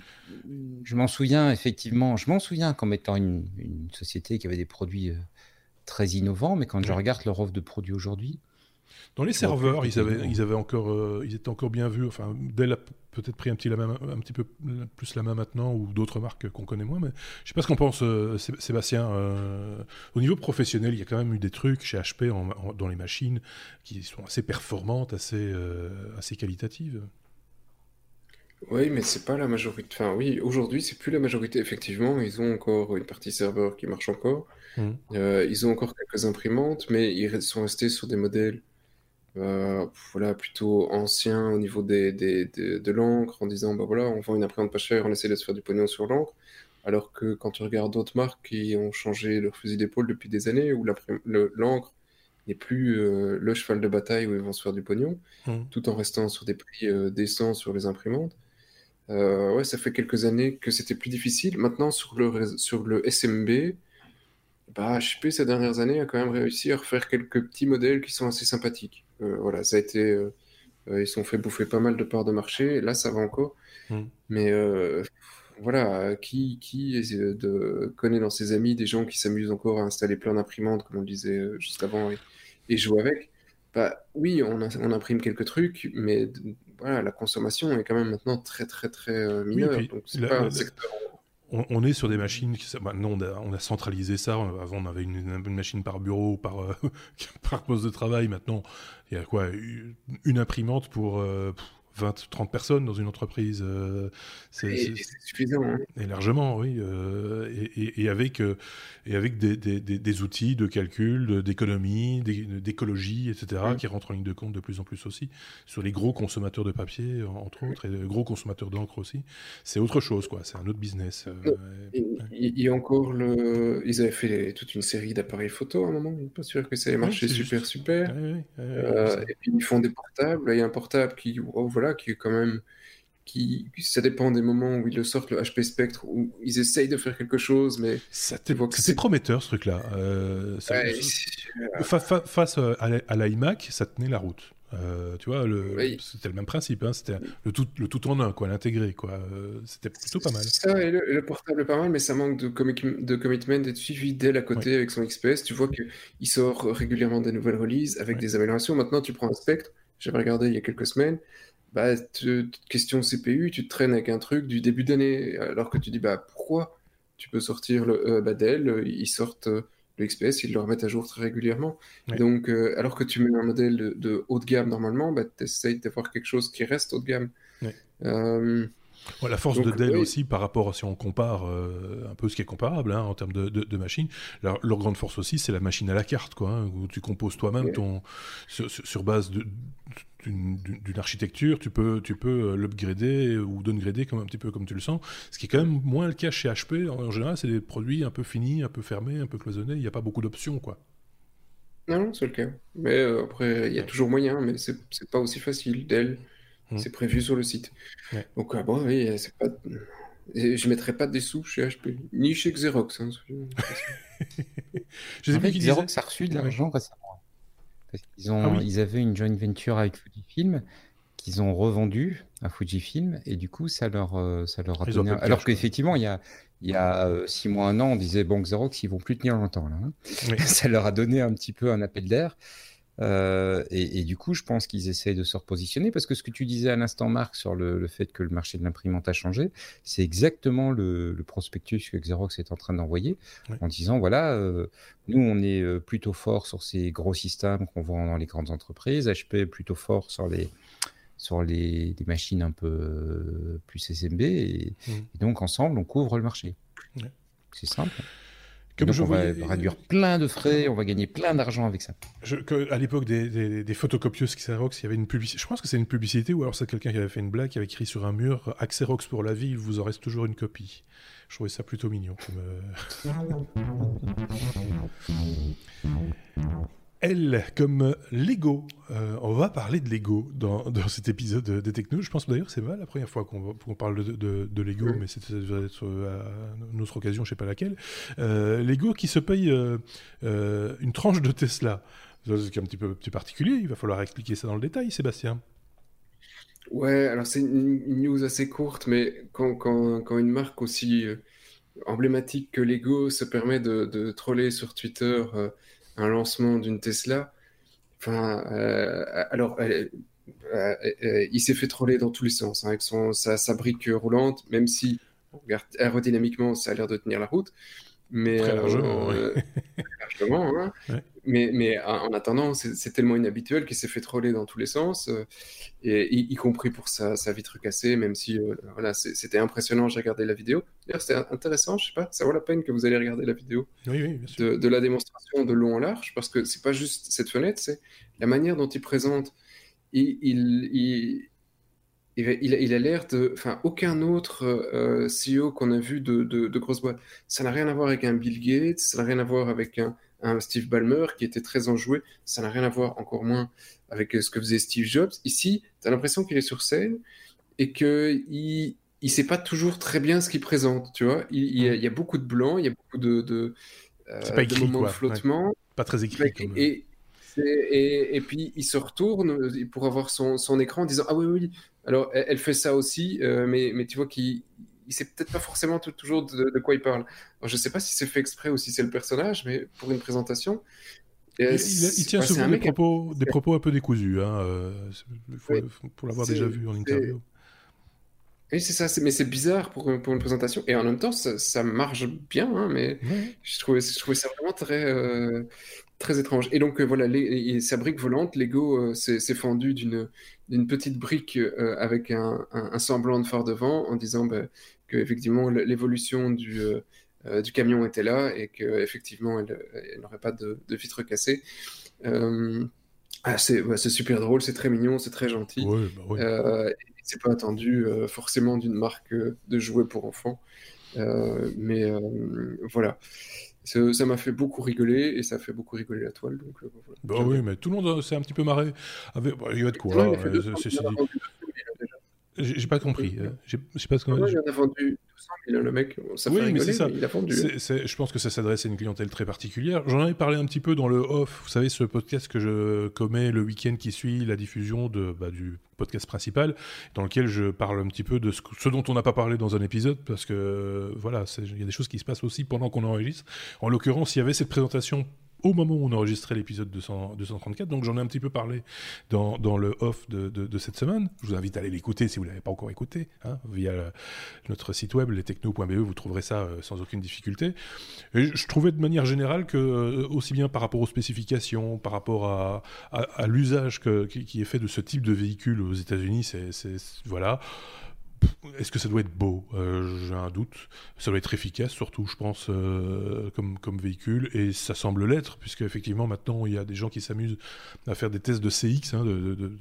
Je m'en souviens effectivement, je m'en souviens comme étant une, une société qui avait des produits euh, très innovants, mais quand ouais. je regarde leur offre de produits aujourd'hui... Dans les serveurs, ils avaient, ils avaient encore, euh, ils étaient encore bien vus. Enfin, Dell a peut-être pris un petit, la main, un petit peu plus la main maintenant, ou d'autres marques qu'on connaît moins. Mais je sais pas ce qu'en pense euh, Sébastien. Euh, au niveau professionnel, il y a quand même eu des trucs chez H P en, en, dans les machines qui sont assez performantes, assez, euh, assez qualitatives. Oui, mais c'est pas la majorité. Enfin, oui, aujourd'hui, c'est plus la majorité. Effectivement, ils ont encore une partie serveur qui marche encore. Mmh. Euh, ils ont encore quelques imprimantes, mais ils sont restés sur des modèles euh, voilà, plutôt anciens au niveau des, des, des, de l'encre, en disant, bah voilà, on vend une imprimante pas chère, on essaie de se faire du pognon sur l'encre. Alors que quand tu regardes d'autres marques qui ont changé leur fusil d'épaule depuis des années, où le, l'encre n'est plus euh, le cheval de bataille où ils vont se faire du pognon, mmh. tout en restant sur des prix euh, décents sur les imprimantes. Euh, ouais, ça fait quelques années que c'était plus difficile. Maintenant, sur le, sur le S M B, bah, H P, ces dernières années, a quand même réussi à refaire quelques petits modèles qui sont assez sympathiques. Euh, voilà, ça a été... Euh, euh, ils se sont fait bouffer pas mal de parts de marché. Là, ça va encore. Mm. Mais euh, voilà, qui, qui de, connaît dans ses amis des gens qui s'amusent encore à installer plein d'imprimantes, comme on le disait euh, juste avant, et, et jouer avec? Bah, oui, on, a, on imprime quelques trucs, mais... Voilà, la consommation est quand même maintenant très très très euh, mineure. Oui, donc c'est la, pas la, un secteur... on, on est sur des machines qui, maintenant on a, on a centralisé ça. Avant on avait une, une machine par bureau, par euh, par poste de travail. Maintenant il y a quoi, une imprimante pour euh, vingt, trente personnes dans une entreprise. Euh, c'est, Et, c'est, et c'est suffisant. Hein. Et largement, oui. Euh, et, et, et avec, euh, et avec des, des, des, des outils de calcul, de, d'économie, d'écologie, et cetera, mmh. qui rentrent en ligne de compte de plus en plus aussi, sur les gros consommateurs de papier, entre autres, et les gros consommateurs d'encre aussi. C'est autre chose, quoi. C'est un autre business. Euh, il y a encore le... Ils avaient fait toute une série d'appareils photo à un moment. Je ne suis pas sûr que ça ait marché oui, super, juste... super. Oui, oui, oui, euh, et puis ils font des portables. Il y a un portable qui, oh, voilà, qui est quand même... Qui... Ça dépend des moments où ils le sortent, le H P Spectre, où ils essayent de faire quelque chose, mais... C'était prometteur, ce truc-là. Euh, ça... ouais, fa fa face à l'iMac, ça tenait la route. Euh, tu vois, le... oui. c'était le même principe, hein, c'était le tout, le tout en un, quoi, l'intégré, quoi. Euh, c'était plutôt pas mal. Ça, et le, le portable pas mal, mais ça manque de, commi de commitment et de suivi d'elle à côté oui. avec son X P S. Tu vois qu'il sort régulièrement des nouvelles releases avec oui. des améliorations. Maintenant, tu prends un Spectre, j'avais regardé il y a quelques semaines, bah, te, question C P U, tu te traînes avec un truc du début d'année, alors que tu dis, bah, pourquoi tu peux sortir le euh, bah, Dell, ils sortent... Euh, le X P S, ils le remettent à jour très régulièrement. Oui. Donc, euh, alors que tu mets un modèle de, de haut de gamme normalement, bah, tu essayes d'avoir quelque chose qui reste haut de gamme. Oui. Euh, ouais, la force donc, de Dell oui. aussi, par rapport à si on compare euh, un peu ce qui est comparable hein, en termes de, de, de machines, leur, leur grande force aussi, c'est la machine à la carte, quoi, hein, où tu composes toi-même oui. ton sur, sur base de d'une architecture, tu peux, tu peux l'upgrader ou downgrader comme un petit peu comme tu le sens, ce qui est quand même moins le cas chez H P. En général, c'est des produits un peu finis, un peu fermés, un peu cloisonnés, il n'y a pas beaucoup d'options, quoi. Non, c'est le cas. Mais euh, après, il y a ouais. toujours moyen, mais c'est pas aussi facile. Dell, mmh. c'est prévu sur le site. Ouais. Donc, ah bon, oui, c'est pas... je mettrais pas des sous chez H P, ni chez Xerox. Hein. Je sais plus qui Xerox disait... a reçu de l'argent récemment. Ils, ont, ah oui. ils avaient une joint venture avec Fujifilm qu'ils ont revendu à Fujifilm et du coup ça leur, ça leur a ils donné... Un... Alors qu'effectivement il y a, il y a euh, six mois, un an, on disait bon Xerox ils vont plus tenir longtemps là. Hein. Oui. Ça leur a donné un petit peu un appel d'air. Euh, et, et du coup, je pense qu'ils essayent de se repositionner parce que ce que tu disais à l'instant, Marc, sur le, le fait que le marché de l'imprimante a changé, c'est exactement le, le prospectus que Xerox est en train d'envoyer oui. en disant voilà, euh, nous on est plutôt fort sur ces gros systèmes qu'on vend dans les grandes entreprises, H P est plutôt fort sur les sur les, les machines un peu plus S M B et, mmh. et donc ensemble on couvre le marché. Oui. C'est simple. Comme donc je on voyais... va réduire plein de frais, on va gagner plein d'argent avec ça. Je, que, à l'époque des, des, des photocopieuses Xerox, il y avait une publicité. Je pense que c'est une publicité ou alors c'est quelqu'un qui avait fait une blague, qui avait écrit sur un mur « Xerox pour la vie, il vous en reste toujours une copie ». Je trouvais ça plutôt mignon. Comme, euh... Elle, comme Lego. Euh, on va parler de Lego dans, dans cet épisode des Techno. Je pense d'ailleurs que c'est pas la première fois qu'on qu parle de, de, de Lego, mais ça va être à une autre occasion, je sais pas laquelle. Euh, Lego qui se paye euh, euh, une tranche de Tesla. C'est un petit peu petit particulier, il va falloir expliquer ça dans le détail, Sébastien. Ouais, alors c'est une, une news assez courte, mais quand, quand, quand une marque aussi euh, emblématique que Lego se permet de, de troller sur Twitter euh, un lancement d'une Tesla, enfin, euh, alors, euh, euh, euh, il s'est fait troller dans tous les sens, hein, avec son, sa, sa brique roulante, même si, regarde, aérodynamiquement, ça a l'air de tenir la route, mais... Très largement, euh, oui. Très largement, hein. Ouais. Mais, mais en attendant, c'est tellement inhabituel qu'il s'est fait troller dans tous les sens, euh, et, y, y compris pour sa, sa vitre cassée, même si euh, voilà, c'était impressionnant, j'ai regardé la vidéo. D'ailleurs, c'était intéressant, je sais pas, ça vaut la peine que vous allez regarder la vidéo oui, oui, bien sûr. De, de la démonstration de long en large, parce que c'est pas juste cette fenêtre, c'est la manière dont il présente. Il, il, il, il, il, il a l'air de... Enfin, aucun autre euh, C E O qu'on a vu de, de, de grosses boîtes. Ça n'a rien à voir avec un Bill Gates, ça n'a rien à voir avec un... un Steve Ballmer qui était très enjoué, ça n'a rien à voir encore moins avec ce que faisait Steve Jobs. Ici, tu as l'impression qu'il est sur scène et qu'il ne sait pas toujours très bien ce qu'il présente, tu vois. Il, il, y a, il y a beaucoup de blanc, il y a beaucoup de, de, euh, pas écrit, de moments quoi. de flottement. Ouais. Pas très écrit. Comme... Et, et, et puis, il se retourne pour avoir son, son écran en disant « Ah oui, oui, alors elle, elle fait ça aussi, euh, mais, mais tu vois qu'il... » il sait peut-être pas forcément tout, toujours de, de quoi il parle. Alors, je sais pas si c'est fait exprès ou si c'est le personnage, mais pour une présentation... Il, il, il tient ouais, souvent des propos, à... des propos un peu décousus, hein, euh, faut, oui, pour l'avoir déjà vu en interview. Oui, c'est ça, mais c'est bizarre pour, pour une présentation, et en même temps, ça, ça marche bien, hein, mais oui. je, trouvais, je trouvais ça vraiment très... Euh, très étrange. Et donc, euh, voilà, les, et sa brique volante, Lego euh, s'est s'est fendu d'une d'une petite brique euh, avec un, un, un semblant de phare devant en disant bah, que effectivement l'évolution du, euh, euh, du camion était là et qu'effectivement elle, elle n'aurait pas de, de vitre cassée. Euh, ah, c'est ouais, c'est super drôle, c'est très mignon, c'est très gentil. Ouais, bah ouais. Euh, et c'est pas attendu euh, forcément d'une marque euh, de jouets pour enfants. Euh, mais euh, voilà. Ça ça m'a fait beaucoup rigoler et ça fait beaucoup rigoler la toile. Donc, euh, voilà, Bah j'aime oui, bien. mais tout le monde euh, s'est un petit peu marré. Avec... bah, il y a de Non, il a quoi, fait euh, deux cent mille, il ceci en a dit. vendu deux cent mille hein, déjà. J'ai j'ai pas Donc, euh, compris. voilà. euh, j'ai- Je sais pas ce Non, non, que. il en a vendu deux cent mille, hein, le mec. Ça fait Oui, mais c'est rigoler, ça. mais il a vendu. Hein. C'est, c'est- je pense que ça s'adresse à une clientèle très particulière. J'en avais parlé un petit peu dans le off. Vous savez, ce podcast que je commets le week-end qui suit la diffusion de, bah, du podcast principal, dans lequel je parle un petit peu de ce, que- ce dont on n'a pas parlé dans un épisode, parce que euh, voilà, c'est- il y a des choses qui se passent aussi pendant qu'on enregistre. En l'occurrence, il y avait cette présentation au moment où on enregistrait l'épisode deux cents deux cent trente-quatre, donc j'en ai un petit peu parlé dans, dans le off de, de, de cette semaine. Je vous invite à aller l'écouter si vous ne l'avez pas encore écouté, hein, via la- notre site web, lestechno point b e, vous trouverez ça euh, sans aucune difficulté. Et je je trouvais de manière générale que, euh, aussi bien par rapport aux spécifications, par rapport à, à, à l'usage que- qui, qui est fait de ce type de véhicule aux États-Unis, c'est, c'est- c'est- voilà. Est-ce que ça doit être beau? Euh, J'ai un doute. Ça doit être efficace, surtout, je pense, euh, comme, comme véhicule. Et ça semble l'être, puisque effectivement, maintenant, il y a des gens qui s'amusent à faire des tests de C X, hein, de, de, de,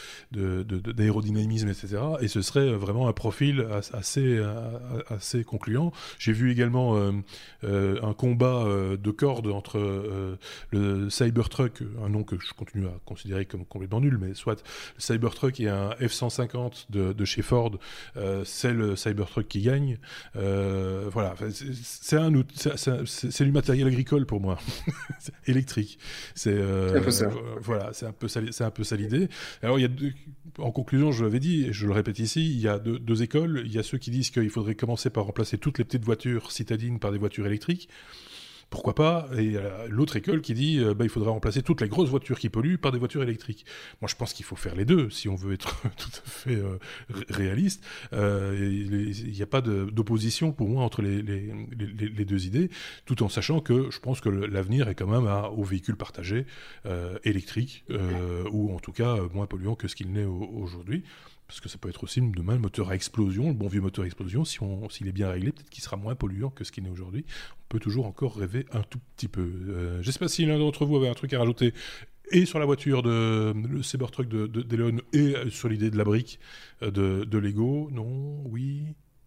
de, de- de- d'aérodynamisme, et cetera. Et ce serait vraiment un profil as- assez, assez concluant. J'ai vu également euh, euh, un combat euh, de cordes entre euh, le Cybertruck, un nom que je continue à considérer comme complètement nul, mais soit le Cybertruck et un F cent cinquante de, de chez Ford. Euh, c'est le Cybertruck qui gagne. Euh, voilà, c'est, c'est, un, c'est, c'est, c'est du matériel agricole pour moi, électrique. C'est, euh, C'est un peu ça. voilà, c'est un peu ça, c'est un peu ça l'idée. Alors, il y a deux, en conclusion, je l'avais dit et je le répète ici, il y a deux, deux écoles. Il y a ceux qui disent qu'il faudrait commencer par remplacer toutes les petites voitures citadines par des voitures électriques. Pourquoi pas? Et euh, l'autre école qui dit euh, bah, il faudrait remplacer toutes les grosses voitures qui polluent par des voitures électriques. Moi, je pense qu'il faut faire les deux si on veut être tout à fait euh, ré- réaliste. Euh, Il n'y a pas de, d'opposition pour moi entre les, les, les, les deux idées, tout en sachant que je pense que le- l'avenir est quand même à, aux véhicules partagés euh, électriques, euh, ou en tout cas euh, moins polluants que ce qu'il n'est au- aujourd'hui. Parce que ça peut être aussi demain le moteur à explosion, le bon vieux moteur à explosion, si on, s'il est bien réglé, peut-être qu'il sera moins polluant que ce qu'il n'est aujourd'hui. On peut toujours encore rêver un tout petit peu. Euh, je ne sais pas si l'un d'entre vous avait un truc à rajouter, et sur la voiture de le Cybertruck de, de, d'Elon, et sur l'idée de la brique euh, de, de Lego. Non? Oui?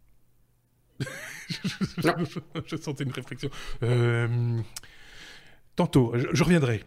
je, Non. je- je sentais une réflexion. Euh, tantôt, je, je reviendrai.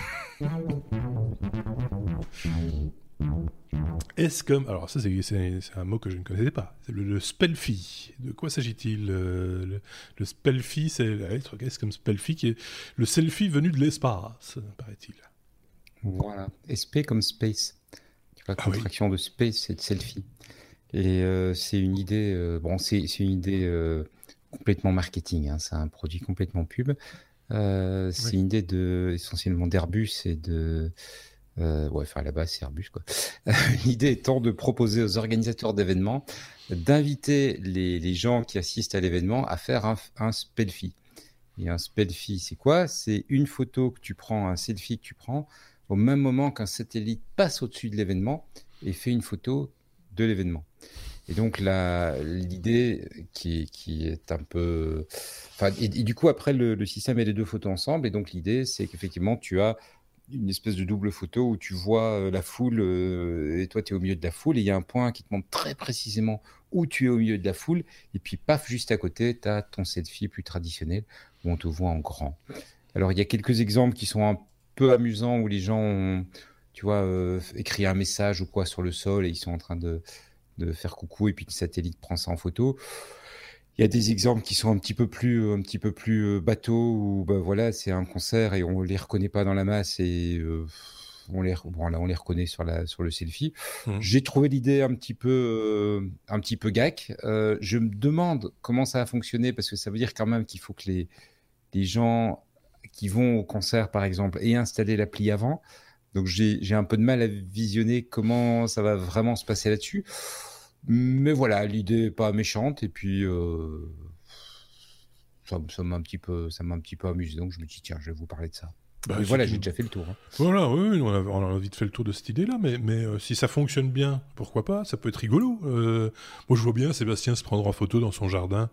Est-ce comme... Alors ça, c'est, c'est, c'est un mot que je ne connaissais pas. C'est le, le Spelfie. De quoi s'agit-il? euh, le, le Spelfie, c'est la lettre S comme Spelfie, qui est le selfie venu de l'espace, paraît-il. Voilà. S P comme space. La Ah oui. contraction de space, c'est de selfie. Et euh, c'est une idée, euh, bon, c'est, c'est une idée euh, complètement marketing. Hein, c'est un produit complètement pub. Euh, c'est Oui. une idée de, essentiellement d'Airbus et de, euh, ouais, enfin là-bas c'est Airbus quoi. L'idée étant de proposer aux organisateurs d'événements d'inviter les, les gens qui assistent à l'événement à faire un, un spelfie. Et un spelfie, c'est quoi? C'est une photo que tu prends, un selfie que tu prends au même moment qu'un satellite passe au-dessus de l'événement et fait une photo de l'événement. Et donc là, l'idée qui, qui est un peu... Enfin, et, et du coup, après, le, le système met les deux photos ensemble. Et donc l'idée, c'est qu'effectivement, tu as une espèce de double photo où tu vois euh, la foule euh, et toi, tu es au milieu de la foule. Et il y a un point qui te montre très précisément où tu es au milieu de la foule. Et puis, paf, juste à côté, tu as ton selfie plus traditionnel où on te voit en grand. Alors, il y a quelques exemples qui sont un peu amusants où les gens ont, tu vois, euh, écrit un message ou quoi sur le sol et ils sont en train de... de faire coucou et puis le satellite prend ça en photo. Il y a des exemples qui sont un petit peu plus, un petit peu plus bateaux où ben voilà, c'est un concert et on les reconnaît pas dans la masse et euh, on les, bon là on les reconnaît sur la sur le selfie. Mmh. J'ai trouvé l'idée un petit peu, euh, un petit peu gac. Euh, je me demande comment ça va fonctionner parce que ça veut dire quand même qu'il faut que les les gens qui vont au concert par exemple aient installé l'appli avant. Donc j'ai, j'ai un peu de mal à visionner comment ça va vraiment se passer là-dessus. Mais voilà, l'idée n'est pas méchante. Et puis, euh, ça, ça, m'a un petit peu, ça m'a un petit peu amusé. Donc je me dis, tiens, je vais vous parler de ça. Bah, voilà, une... j'ai déjà fait le tour. Hein. Voilà, oui, oui on, a, on a vite fait le tour de cette idée-là, mais, mais euh, si ça fonctionne bien, pourquoi pas, ça peut être rigolo. Euh, moi, je vois bien Sébastien se prendre en photo dans son jardin,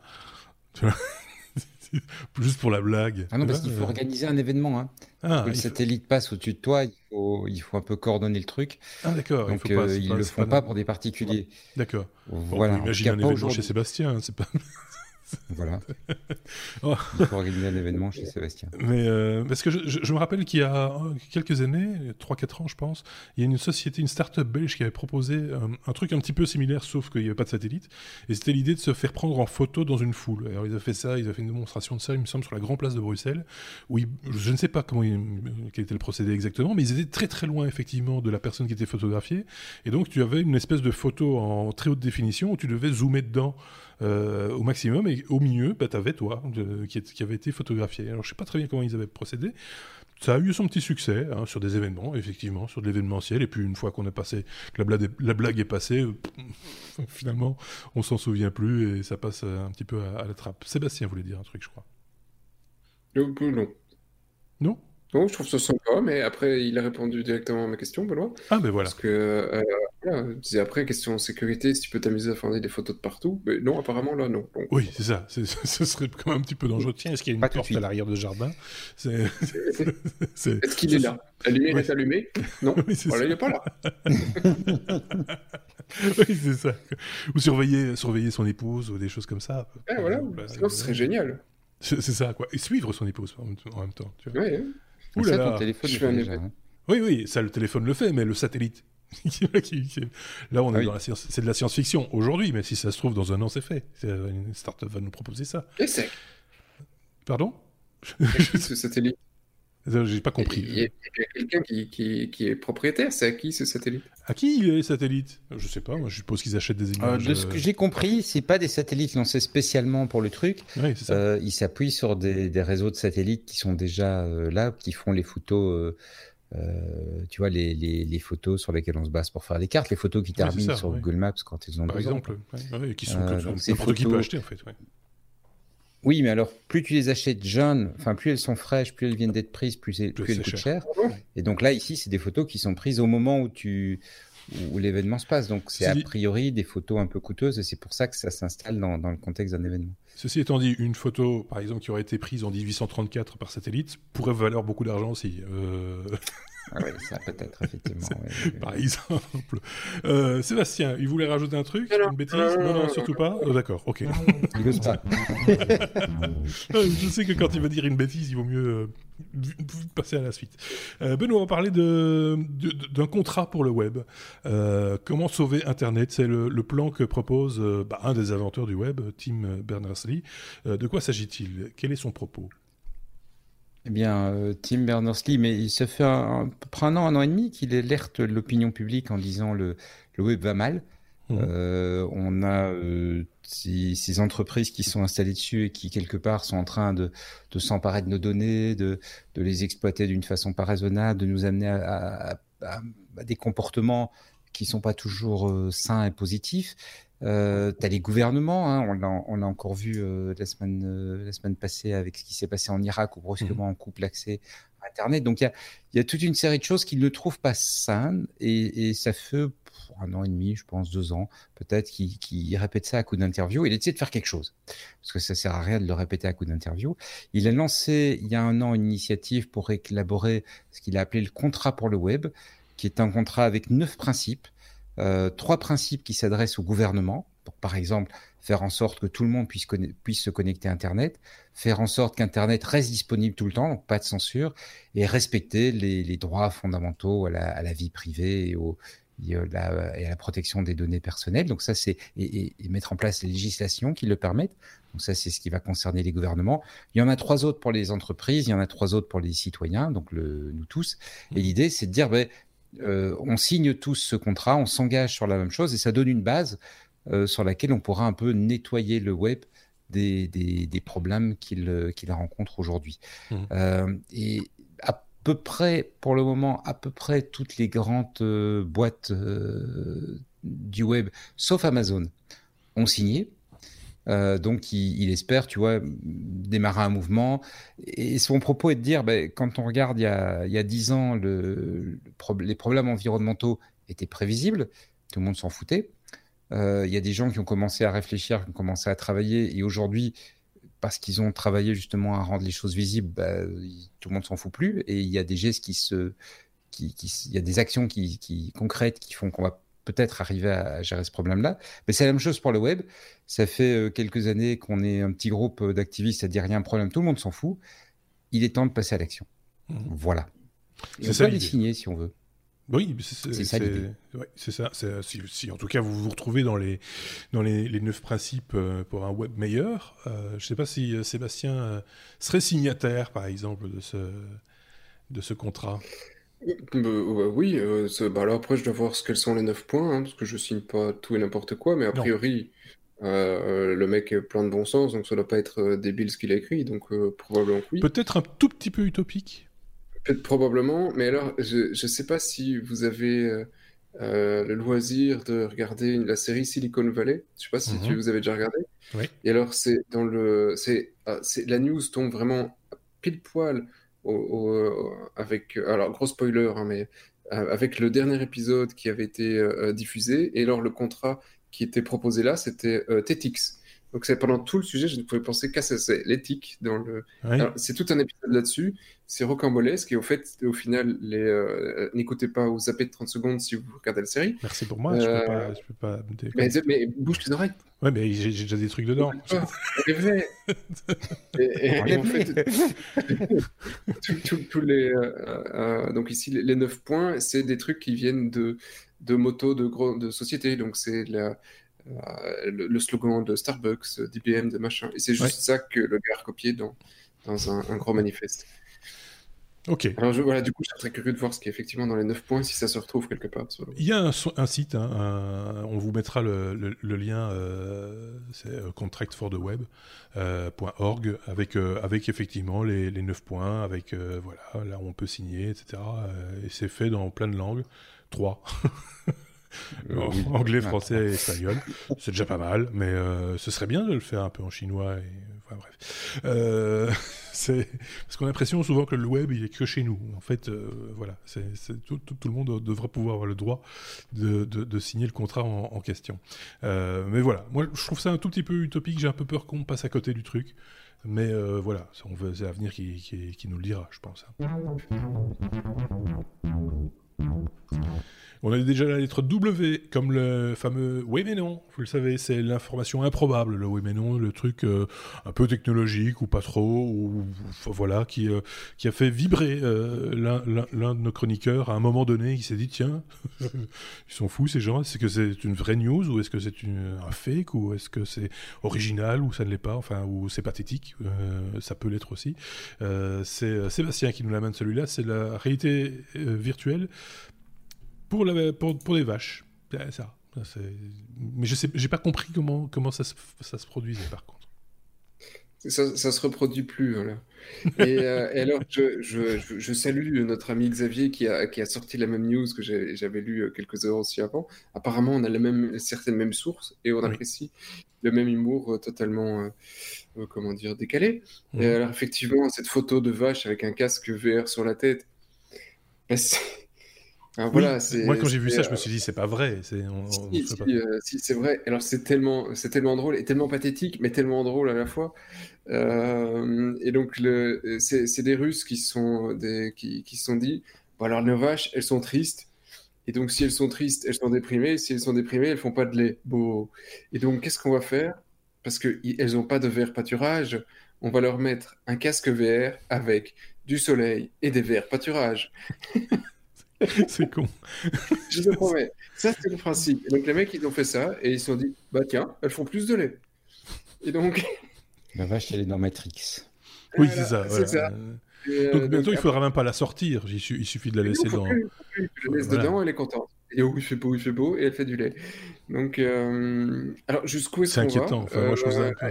juste pour la blague. Ah non, parce qu'il faut euh... organiser un événement. Hein. Ah, le satellite faut... passe au-dessus de toi, il faut, il faut un peu coordonner le truc. Ah d'accord. Donc, il faut pas, euh, ils ne le font pas, pas pour des particuliers. D'accord. Voilà. On peut imaginer un événement chez Sébastien, c'est pas... Voilà. Oh. Il faut organiser un événement chez Sébastien. Mais euh, parce que je, je, je me rappelle qu'il y a quelques années, trois quatre ans je pense, il y a une société, une start-up belge qui avait proposé un, un truc un petit peu similaire, sauf qu'il n'y avait pas de satellite. Et c'était l'idée de se faire prendre en photo dans une foule. Alors ils ont fait ça, ils ont fait une démonstration de ça, il me semble, sur la grande place de Bruxelles, où ils, je ne sais pas comment ils, quel était le procédé exactement, mais ils étaient très très loin effectivement de la personne qui était photographiée. Et donc tu avais une espèce de photo en très haute définition où tu devais zoomer dedans. Euh, au maximum, et au milieu, bah, tu avais toi, de, qui, qui avait été photographié. Alors, je ne sais pas très bien comment ils avaient procédé. Ça a eu son petit succès hein, sur des événements, effectivement, sur de l'événementiel. Et puis, une fois qu'on a passé, que la blague, la blague est passée, euh, finalement, on s'en souvient plus et ça passe un petit peu à, à la trappe. Sébastien voulait dire un truc, je crois. Non, non. Non Non, je trouve ça sympa, mais après, il a répondu directement à ma question, Benoît. Ah, ben voilà. Parce que, euh, voilà, je disais après, question sécurité, si tu peux t'amuser à faire des photos de partout. Mais non, apparemment, là, non. Donc, oui, c'est ça. C'est, ce serait quand même un petit peu dangereux. Tiens, est-ce qu'il y a une pas porte à l'arrière de jardin c'est... C'est... c'est... Est-ce qu'il est là? La lumière oui. est allumée? Non, oui, c'est voilà, il n'est pas là. Oui, c'est ça. Ou surveiller, surveiller son épouse, ou des choses comme ça. Ah, voilà, bah, sinon, ce serait génial. C'est, c'est ça, quoi. Et suivre son épouse en même, en même temps. Tu vois. Oui, oui. Ouh là ça, ton téléphone je le fait déjà. Hein. Oui, oui, ça, le téléphone le fait, mais le satellite. Là, on est ah oui. dans la science. C'est de la science-fiction aujourd'hui, mais si ça se trouve, dans un an, c'est fait. C'est, une start-up va nous proposer ça. Et c'est. Pardon? Ce satellite. J'ai pas compris. Il y a, il y a quelqu'un qui, qui, qui est propriétaire. C'est à qui ce satellite? À qui les satellites? Je sais pas. Moi, je suppose qu'ils achètent des images. Euh, de ce que j'ai compris, c'est pas des satellites lancés spécialement pour le truc. Oui, c'est ça. Euh, ils s'appuient sur des, des réseaux de satellites qui sont déjà euh, là, qui font les photos. Euh, euh, tu vois les, les, les photos sur lesquelles on se base pour faire les cartes, les photos qui terminent oui, ça, sur oui. Google Maps quand ils ont par besoin. Par exemple, ouais, ouais, qui sont euh, comme ça. N'importe qui peut acheter en fait. Ouais. Oui, mais alors, plus tu les achètes jeunes, enfin, plus elles sont fraîches, plus elles viennent d'être prises, plus, plus, plus elles coûtent cher. cher. Et donc là, ici, c'est des photos qui sont prises au moment où, tu, où l'événement se passe. Donc, c'est, c'est a priori des photos un peu coûteuses et c'est pour ça que ça s'installe dans, dans le contexte d'un événement. Ceci étant dit, une photo, par exemple, qui aurait été prise en dix-huit cent trente-quatre par satellite pourrait valoir beaucoup d'argent aussi. Euh... Ah oui, ça peut-être, effectivement. Oui, par oui. exemple. Euh, Sébastien, il voulait rajouter un truc? Une bêtise? Non, non, surtout pas. Oh, d'accord, ok. Il n'ose pas. Je sais que quand il veut dire une bêtise, il vaut mieux euh, passer à la suite. Euh, Benoît, on va parler de, de, d'un contrat pour le web. Euh, comment sauver Internet? C'est le, le plan que propose euh, bah, un des inventeurs du web, Tim Berners-Lee. Euh, de quoi s'agit-il? Quel est son propos? Eh bien, euh, Tim Berners-Lee, mais il se fait un, un, près un an, un an et demi qu'il alerte l'opinion publique en disant le, le web va mal. Mmh. Euh, on a euh, ces, ces entreprises qui sont installées dessus et qui, quelque part, sont en train de, de s'emparer de nos données, de, de les exploiter d'une façon pas raisonnable, de nous amener à, à, à, à des comportements qui sont pas toujours euh, sains et positifs. Euh, t'as les gouvernements, hein, on, l'a, on l'a encore vu euh, la, semaine, euh, la semaine passée avec ce qui s'est passé en Irak où brusquement on coupe l'accès à Internet. Donc il y a, y a toute une série de choses qu'ils ne trouvent pas saines et, et ça fait un an et demi, je pense, deux ans peut-être, qu'il, qu'il répète ça à coup d'interview. Il essaie de faire quelque chose parce que ça sert à rien de le répéter à coup d'interview. Il a lancé il y a un an une initiative pour élaborer ce qu'il a appelé le contrat pour le web, qui est un contrat avec neuf principes. Euh, trois principes qui s'adressent au gouvernement. Donc, par exemple, faire en sorte que tout le monde puisse, conna- puisse se connecter à Internet, faire en sorte qu'Internet reste disponible tout le temps, donc pas de censure, et respecter les, les droits fondamentaux à la, à la vie privée et, au, et, à la, et à la protection des données personnelles. Donc ça, c'est et, et, et mettre en place les législations qui le permettent. Donc ça, c'est ce qui va concerner les gouvernements. Il y en a trois autres pour les entreprises, il y en a trois autres pour les citoyens, donc le, nous tous. Et l'idée, c'est de dire, ben, Euh, on signe tous ce contrat, on s'engage sur la même chose et ça donne une base euh, sur laquelle on pourra un peu nettoyer le web des, des, des problèmes qu'il, qu'il rencontre aujourd'hui. Mmh. Euh, et à peu près, pour le moment, à peu près toutes les grandes euh, boîtes euh, du web, sauf Amazon, ont signé. Euh, donc, il, il espère, tu vois, démarrer un mouvement. Et son propos est de dire, ben, quand on regarde il y a, il y a dix ans, le, le pro- les problèmes environnementaux étaient prévisibles, tout le monde s'en foutait. Euh, il y a des gens qui ont commencé à réfléchir, qui ont commencé à travailler, et aujourd'hui, parce qu'ils ont travaillé justement à rendre les choses visibles, ben, il- tout le monde s'en fout plus. Et il y a des gestes qui se, qui, qui, il y a des actions qui, qui concrètes qui font qu'on va peut-être arriver à gérer ce problème-là. Mais c'est la même chose pour le web. Ça fait euh, quelques années qu'on est un petit groupe d'activistes à dire il y a un problème, tout le monde s'en fout. Il est temps de passer à l'action. Mmh. Voilà. C'est on ça peut les signer si on veut. Oui, c'est, c'est ça c'est, l'idée. Ouais, c'est ça. C'est, si, si, en tout cas, vous vous retrouvez dans les, dans les, les neuf principes pour un web meilleur. Euh, je ne sais pas si euh, Sébastien euh, serait signataire, par exemple, de ce, de ce contrat. Euh, oui, euh, bah alors après je dois voir ce quels sont les neuf points, hein, parce que je signe pas tout et n'importe quoi, mais a priori euh, le mec est plein de bon sens, donc ça doit pas être euh, débile ce qu'il a écrit, donc euh, probablement que oui. Peut-être un tout petit peu utopique. Peut-être probablement, mais alors je je sais pas si vous avez euh, euh, le loisir de regarder la série Silicon Valley. Je sais pas si mm-hmm. tu vous avez déjà regardé. Oui. Et alors c'est dans le c'est ah, c'est la news tombe vraiment pile poil. Au, au, avec alors gros spoiler hein, mais euh, avec le dernier épisode qui avait été euh, diffusé et alors le contrat qui était proposé là c'était euh, T T X, donc c'est pendant tout le sujet je ne pouvais penser qu'à ça, c'est l'éthique dans le oui. Alors, c'est tout un épisode là-dessus, c'est rocambolesque et au fait au final les euh, n'écoutez pas ou zappez de trente secondes si vous regardez la série. Merci pour moi, euh... je peux pas, je peux pas mais, mais bouge tes oreilles. Ouais, mais j'ai, j'ai déjà des trucs dedans. C'est vrai. et, et, et en fait, tous les. Euh, euh, donc ici, les neuf points, c'est des trucs qui viennent de, de motos de, gros, de sociétés. Donc c'est la, euh, le, le slogan de Starbucks, d'I B M, de machin. Et c'est juste ouais. ça que le gars a recopié dans, dans un, un gros manifeste. Ok. Alors je, voilà, du coup, je serais très curieux de voir ce qui est effectivement dans les neuf points, si ça se retrouve quelque part. Sur le... Il y a un, un site, hein, un, on vous mettra le, le, le lien, euh, c'est contract for the web point org, euh, avec, euh, avec effectivement les, les neuf points, avec euh, voilà, là où on peut signer, et cetera. Euh, et c'est fait dans plein de langues, trois. Euh, oui. Anglais, français et espagnol. C'est déjà pas mal, mais euh, ce serait bien de le faire un peu en chinois. Et... Enfin bref. Euh, c'est... Parce qu'on a l'impression souvent que le web, il est que chez nous. En fait, euh, voilà. C'est, c'est... Tout, tout, tout le monde devrait pouvoir avoir le droit de, de, de signer le contrat en, en question. Euh, mais voilà. Moi, je trouve ça un tout petit peu utopique. J'ai un peu peur qu'on passe à côté du truc. Mais euh, voilà, on veut, c'est l'avenir qui, qui, qui nous le dira, je pense. On a déjà la lettre W, comme le fameux « oui mais non », vous le savez, c'est l'information improbable, le « oui mais non », le truc euh, un peu technologique ou pas trop, ou voilà, qui, euh, qui a fait vibrer euh, l'un, l'un, l'un de nos chroniqueurs à un moment donné, il s'est dit « tiens, ils sont fous ces gens, est-ce que c'est une vraie news, ou est-ce que c'est une, un fake, ou est-ce que c'est original, ou ça ne l'est pas, enfin, ou c'est pathétique, euh, ça peut l'être aussi euh, ». C'est Sébastien qui nous l'amène celui-là, c'est la réalité euh, virtuelle, Pour, la, pour, pour les vaches, c'est ça. C'est... Mais je sais, j'ai pas compris comment, comment ça, se, ça se produisait par contre. Ça, ça se reproduit plus. Voilà. Et, euh, et alors, je, je, je, je salue notre ami Xavier qui a, qui a sorti la même news que j'ai, j'avais lu quelques heures aussi avant. Apparemment, on a la même, certaines mêmes sources et on oui. apprécie le même humour totalement, euh, comment dire, décalé. Mmh. Et alors, effectivement, cette photo de vache avec un casque V R sur la tête, bah, c'est... Alors, oui, voilà, c'est, moi quand j'ai vu ça, euh... je me suis dit c'est pas vrai. C'est, on, si, on si, pas... euh, si, c'est vrai. Alors c'est tellement, c'est tellement drôle et tellement pathétique, mais tellement drôle à la fois. Euh, et donc le, c'est, c'est des Russes qui sont des, qui, qui se sont dit, bon alors nos vaches, elles sont tristes. Et donc si elles sont tristes, elles sont déprimées. Si elles sont déprimées, elles font pas de lait. Beau. Et donc qu'est-ce qu'on va faire? Parce que elles ont pas de verre pâturage, on va leur mettre un casque V R avec du soleil et des verres pâturage. C'est con. Je te promets. Ça, c'était le principe. Et donc, les mecs, ils ont fait ça et ils se sont dit, bah tiens, elles font plus de lait. Et donc... La vache, elle est dans Matrix. Oui, voilà, c'est ça. C'est voilà. ça. Et donc, euh, bientôt, donc, il ne faudra après... même pas la sortir. Il suffit de la laisser dans... Plus, plus, tu la laisses voilà. dedans, elle est contente. Et oh, il fait beau, il fait beau, et elle fait du lait. Donc, euh... alors, jusqu'où est-ce c'est qu'on inquiétant. va enfin, moi, je trouve ça un peu...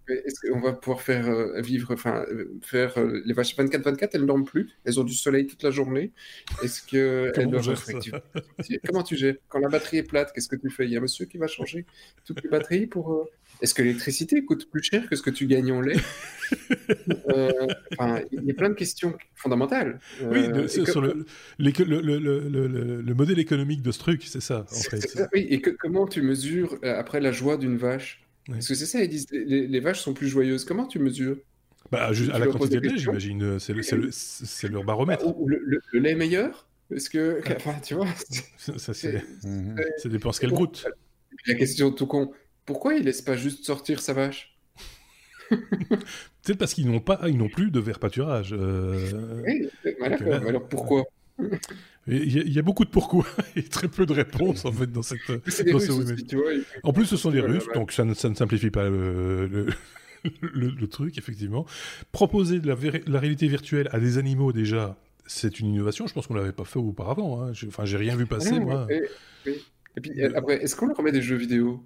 est-ce qu'on va pouvoir faire euh, vivre, enfin, euh, faire euh, les vaches vingt-quatre vingt-quatre, elles ne dorment plus, elles ont du soleil toute la journée. Est-ce qu'elles Comment on doivent gère être ça? actives? Comment tu gères? Quand la batterie est plate, qu'est-ce que tu fais? Il y a un monsieur qui va changer toutes les batteries pour. euh, Est-ce que l'électricité coûte plus cher que ce que tu gagnes en lait? Euh, Enfin, il y a plein de questions fondamentales. Oui, de- Euh, et c'est que- sur le, l'éco- le, le, le, le- le- le modèle économique de ce truc, c'est ça, en c'est- fait. c'est ça, oui, et que- comment tu mesures euh, après la joie d'une vache? Ouais. Parce que c'est ça, ils disent les, les- les vaches sont plus joyeuses. Comment tu mesures? Bah, juste Tu à la leur poses quantité des de lait, questions? j'imagine, c'est, le, c'est, le, c'est leur Bah, baromètre. ou, ou le, le- le lait est meilleur? Est-ce que, Ah. enfin, tu vois, Ça, ça, c'est, c'est- Mhm. c'est- ça dépend ce qu'elle Bon, goûte. la question tout con, pourquoi il laisse pas juste sortir sa vache? Peut-être parce qu'ils n'ont pas, ils n'ont plus de verre pâturage. Euh, Oui, bah, donc, d'accord, là, mais alors pourquoi? Il y, a- il y a beaucoup de pourquoi et très peu de réponses en fait dans cette. C'est des dans Russes ce aussi, Women. tu vois. ils- En plus, ce sont des Voilà, Russes, ouais. donc ça ne, ça ne simplifie pas le, le, le- le truc, effectivement. Proposer de la, véri- la réalité virtuelle à des animaux, déjà, c'est une innovation. Je pense qu'on ne l'avait pas fait auparavant. Hein. J'ai- Enfin, j'ai rien vu Ah passer, non, moi. et, oui. Et puis euh, après, est-ce qu'on leur remet des jeux vidéo?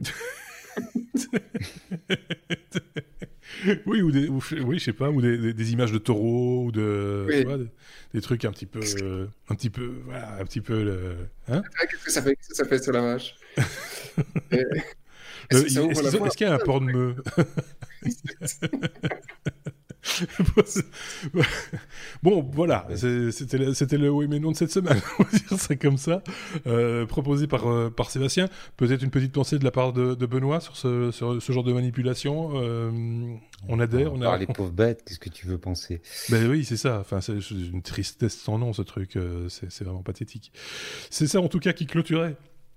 Oui, ou des, ou, oui, je sais pas, ou des, des- des images de taureaux, ou de, Oui. tu vois, des, des trucs un petit peu, euh, un petit peu, voilà, un petit peu, le, hein. Ah, qu'est-ce que ça fait? Qu'est-ce que ça fait sur la vache? Et- Euh, Est-ce que ça est-ce ouvre la qu'ils ont- voie? est-ce qu'il y a un port de meu? Bon, voilà, c'est- c'était le, c'était le oui mais non de cette semaine, on va dire ça comme ça, euh, proposé par, euh, par Sébastien. Peut-être une petite pensée de la part de, de Benoît sur ce, sur ce genre de manipulation. Euh, on adhère, on Par a... les pauvres bêtes, qu'est-ce que tu veux penser? Ben oui, c'est ça, enfin, c'est c'est une tristesse sans nom ce truc, euh, c'est c'est vraiment pathétique. C'est ça en tout cas qui clôturait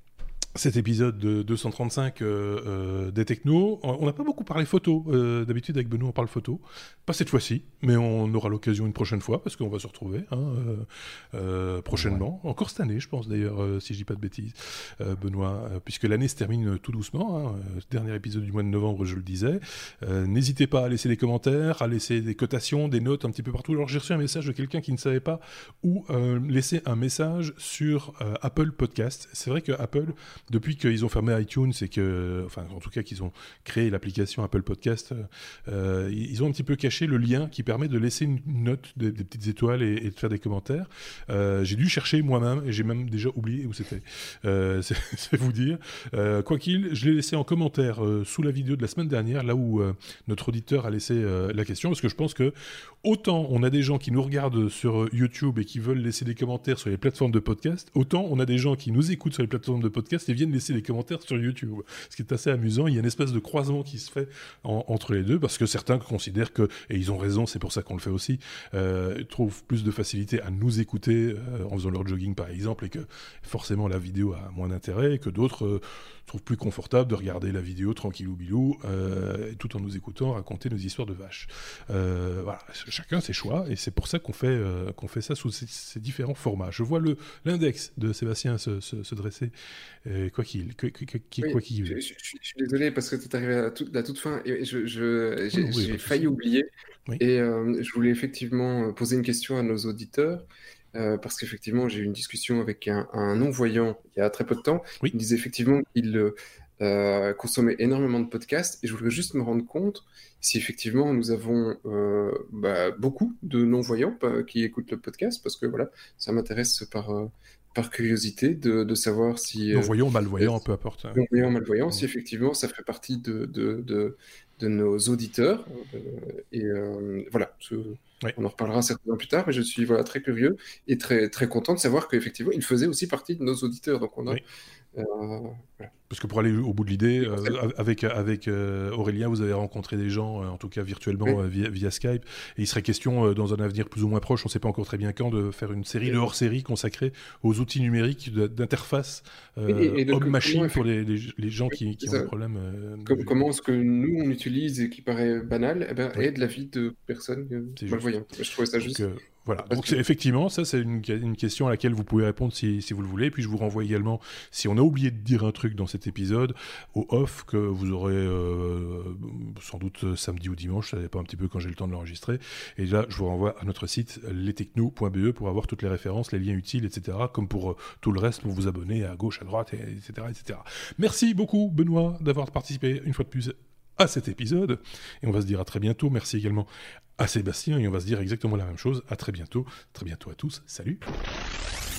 cet épisode de deux cent trente-cinq euh, euh, des technos. On n'a pas beaucoup parlé photo. Euh, d'habitude, avec Benoît, on parle photo. Pas cette fois-ci, mais on aura l'occasion une prochaine fois, parce qu'on va se retrouver hein, euh, euh, prochainement. Ouais. Encore cette année, je pense, d'ailleurs, euh, si je dis pas de bêtises, euh, Benoît, euh, puisque l'année se termine tout doucement. Hein, euh, dernier épisode du mois de novembre, je le disais. Euh, n'hésitez pas à laisser des commentaires, à laisser des cotations, des notes un petit peu partout. Alors, j'ai reçu un message de quelqu'un qui ne savait pas où euh, laisser un message sur euh, Apple Podcast. C'est vrai que Apple... Depuis qu'ils ont fermé iTunes et que, enfin, en tout cas qu'ils ont créé l'application Apple Podcast, euh, ils ont un petit peu caché le lien qui permet de laisser une note, des, des petites étoiles et, et de faire des commentaires. Euh, j'ai dû chercher moi-même et j'ai même déjà oublié où c'était. Euh, c'est, c'est vous dire. Euh, quoi qu'il, je l'ai laissé en commentaire euh, sous la vidéo de la semaine dernière, là où euh, notre auditeur a laissé euh, la question, parce que je pense que autant on a des gens qui nous regardent sur YouTube et qui veulent laisser des commentaires sur les plateformes de podcast, autant on a des gens qui nous écoutent sur les plateformes de podcast et viennent laisser des commentaires sur YouTube. Ce qui est assez amusant, il y a une espèce de croisement qui se fait en, entre les deux, parce que certains considèrent que, et ils ont raison, c'est pour ça qu'on le fait aussi, euh, trouvent plus de facilité à nous écouter euh, en faisant leur jogging par exemple, et que forcément la vidéo a moins d'intérêt, et que d'autres euh, trouvent plus confortable de regarder la vidéo tranquillou bilou, euh, tout en nous écoutant raconter nos histoires de vaches. Euh, voilà, chacun ses choix, et c'est pour ça qu'on fait, euh, qu'on fait ça sous ces, ces différents formats. Je vois le, l'index de Sébastien se, se, se dresser, euh, quoi qu'il quoi, quoi, Oui, quoi qu'il je, veut. je- je- je suis désolé parce que tu es arrivé à la toute, la toute fin et je, je- j'ai Oui, oui, j'ai pas de failli souci. oublier. Oui. Et euh, je voulais effectivement poser une question à nos auditeurs euh, parce qu'effectivement j'ai eu une discussion avec un, un non-voyant il y a très peu de temps. Oui. Il me disait effectivement qu'il euh, consommait énormément de podcasts et je voudrais juste me rendre compte si effectivement nous avons euh, bah, beaucoup de non-voyants bah, qui écoutent le podcast parce que voilà, ça m'intéresse par... euh, par curiosité de, de savoir si... euh, Non-voyant, malvoyant, euh, peu importe. hein. non-voyant, malvoyant, Mm. si effectivement ça fait partie de, de, de, de nos auditeurs. euh, et euh, voilà, je- Ouais. on en reparlera certainement plus tard, mais je suis voilà, très curieux et très, très content de savoir qu'effectivement il faisait aussi partie de nos auditeurs. Donc on a... Oui. euh, voilà. Parce que pour aller au bout de l'idée, Oui, euh, avec, avec euh, Aurélien, vous avez rencontré des gens, euh, en tout cas virtuellement, Oui. euh, via, via Skype, et il serait question, euh, dans un avenir plus ou moins proche, on ne sait pas encore très bien quand, de faire une série de hors-série consacrée aux outils numériques de- d'interface euh, Et- et de- homme-machine comment pour les, les, les gens Oui, qui, qui c'est ont ça. des problèmes. euh, de Com- vue. comment est-ce que nous on utilise et qui paraît banal eh ben, Oui. aide la vie de personnes euh, C'est juste. malvoyantes. Je trouvais ça Donc, juste. euh, voilà. Parce Donc que- c'est, effectivement, ça c'est une, une question à laquelle vous pouvez répondre si, si vous le voulez. Puis je vous renvoie également, si on a oublié de dire un truc dans cet épisode, au off que vous aurez euh, sans doute samedi ou dimanche, ça dépend un petit peu quand j'ai le temps de l'enregistrer. Et là, je vous renvoie à notre site lestechno point b e pour avoir toutes les références, les liens utiles, et cetera. Comme pour euh, tout le reste, pour vous abonner à gauche, à droite, et, etc., et cetera. Merci beaucoup, Benoît, d'avoir participé une fois de plus à cet épisode. Et on va se dire à très bientôt. Merci également à Sébastien. Et on va se dire exactement la même chose. À très bientôt. Très bientôt à tous. Salut.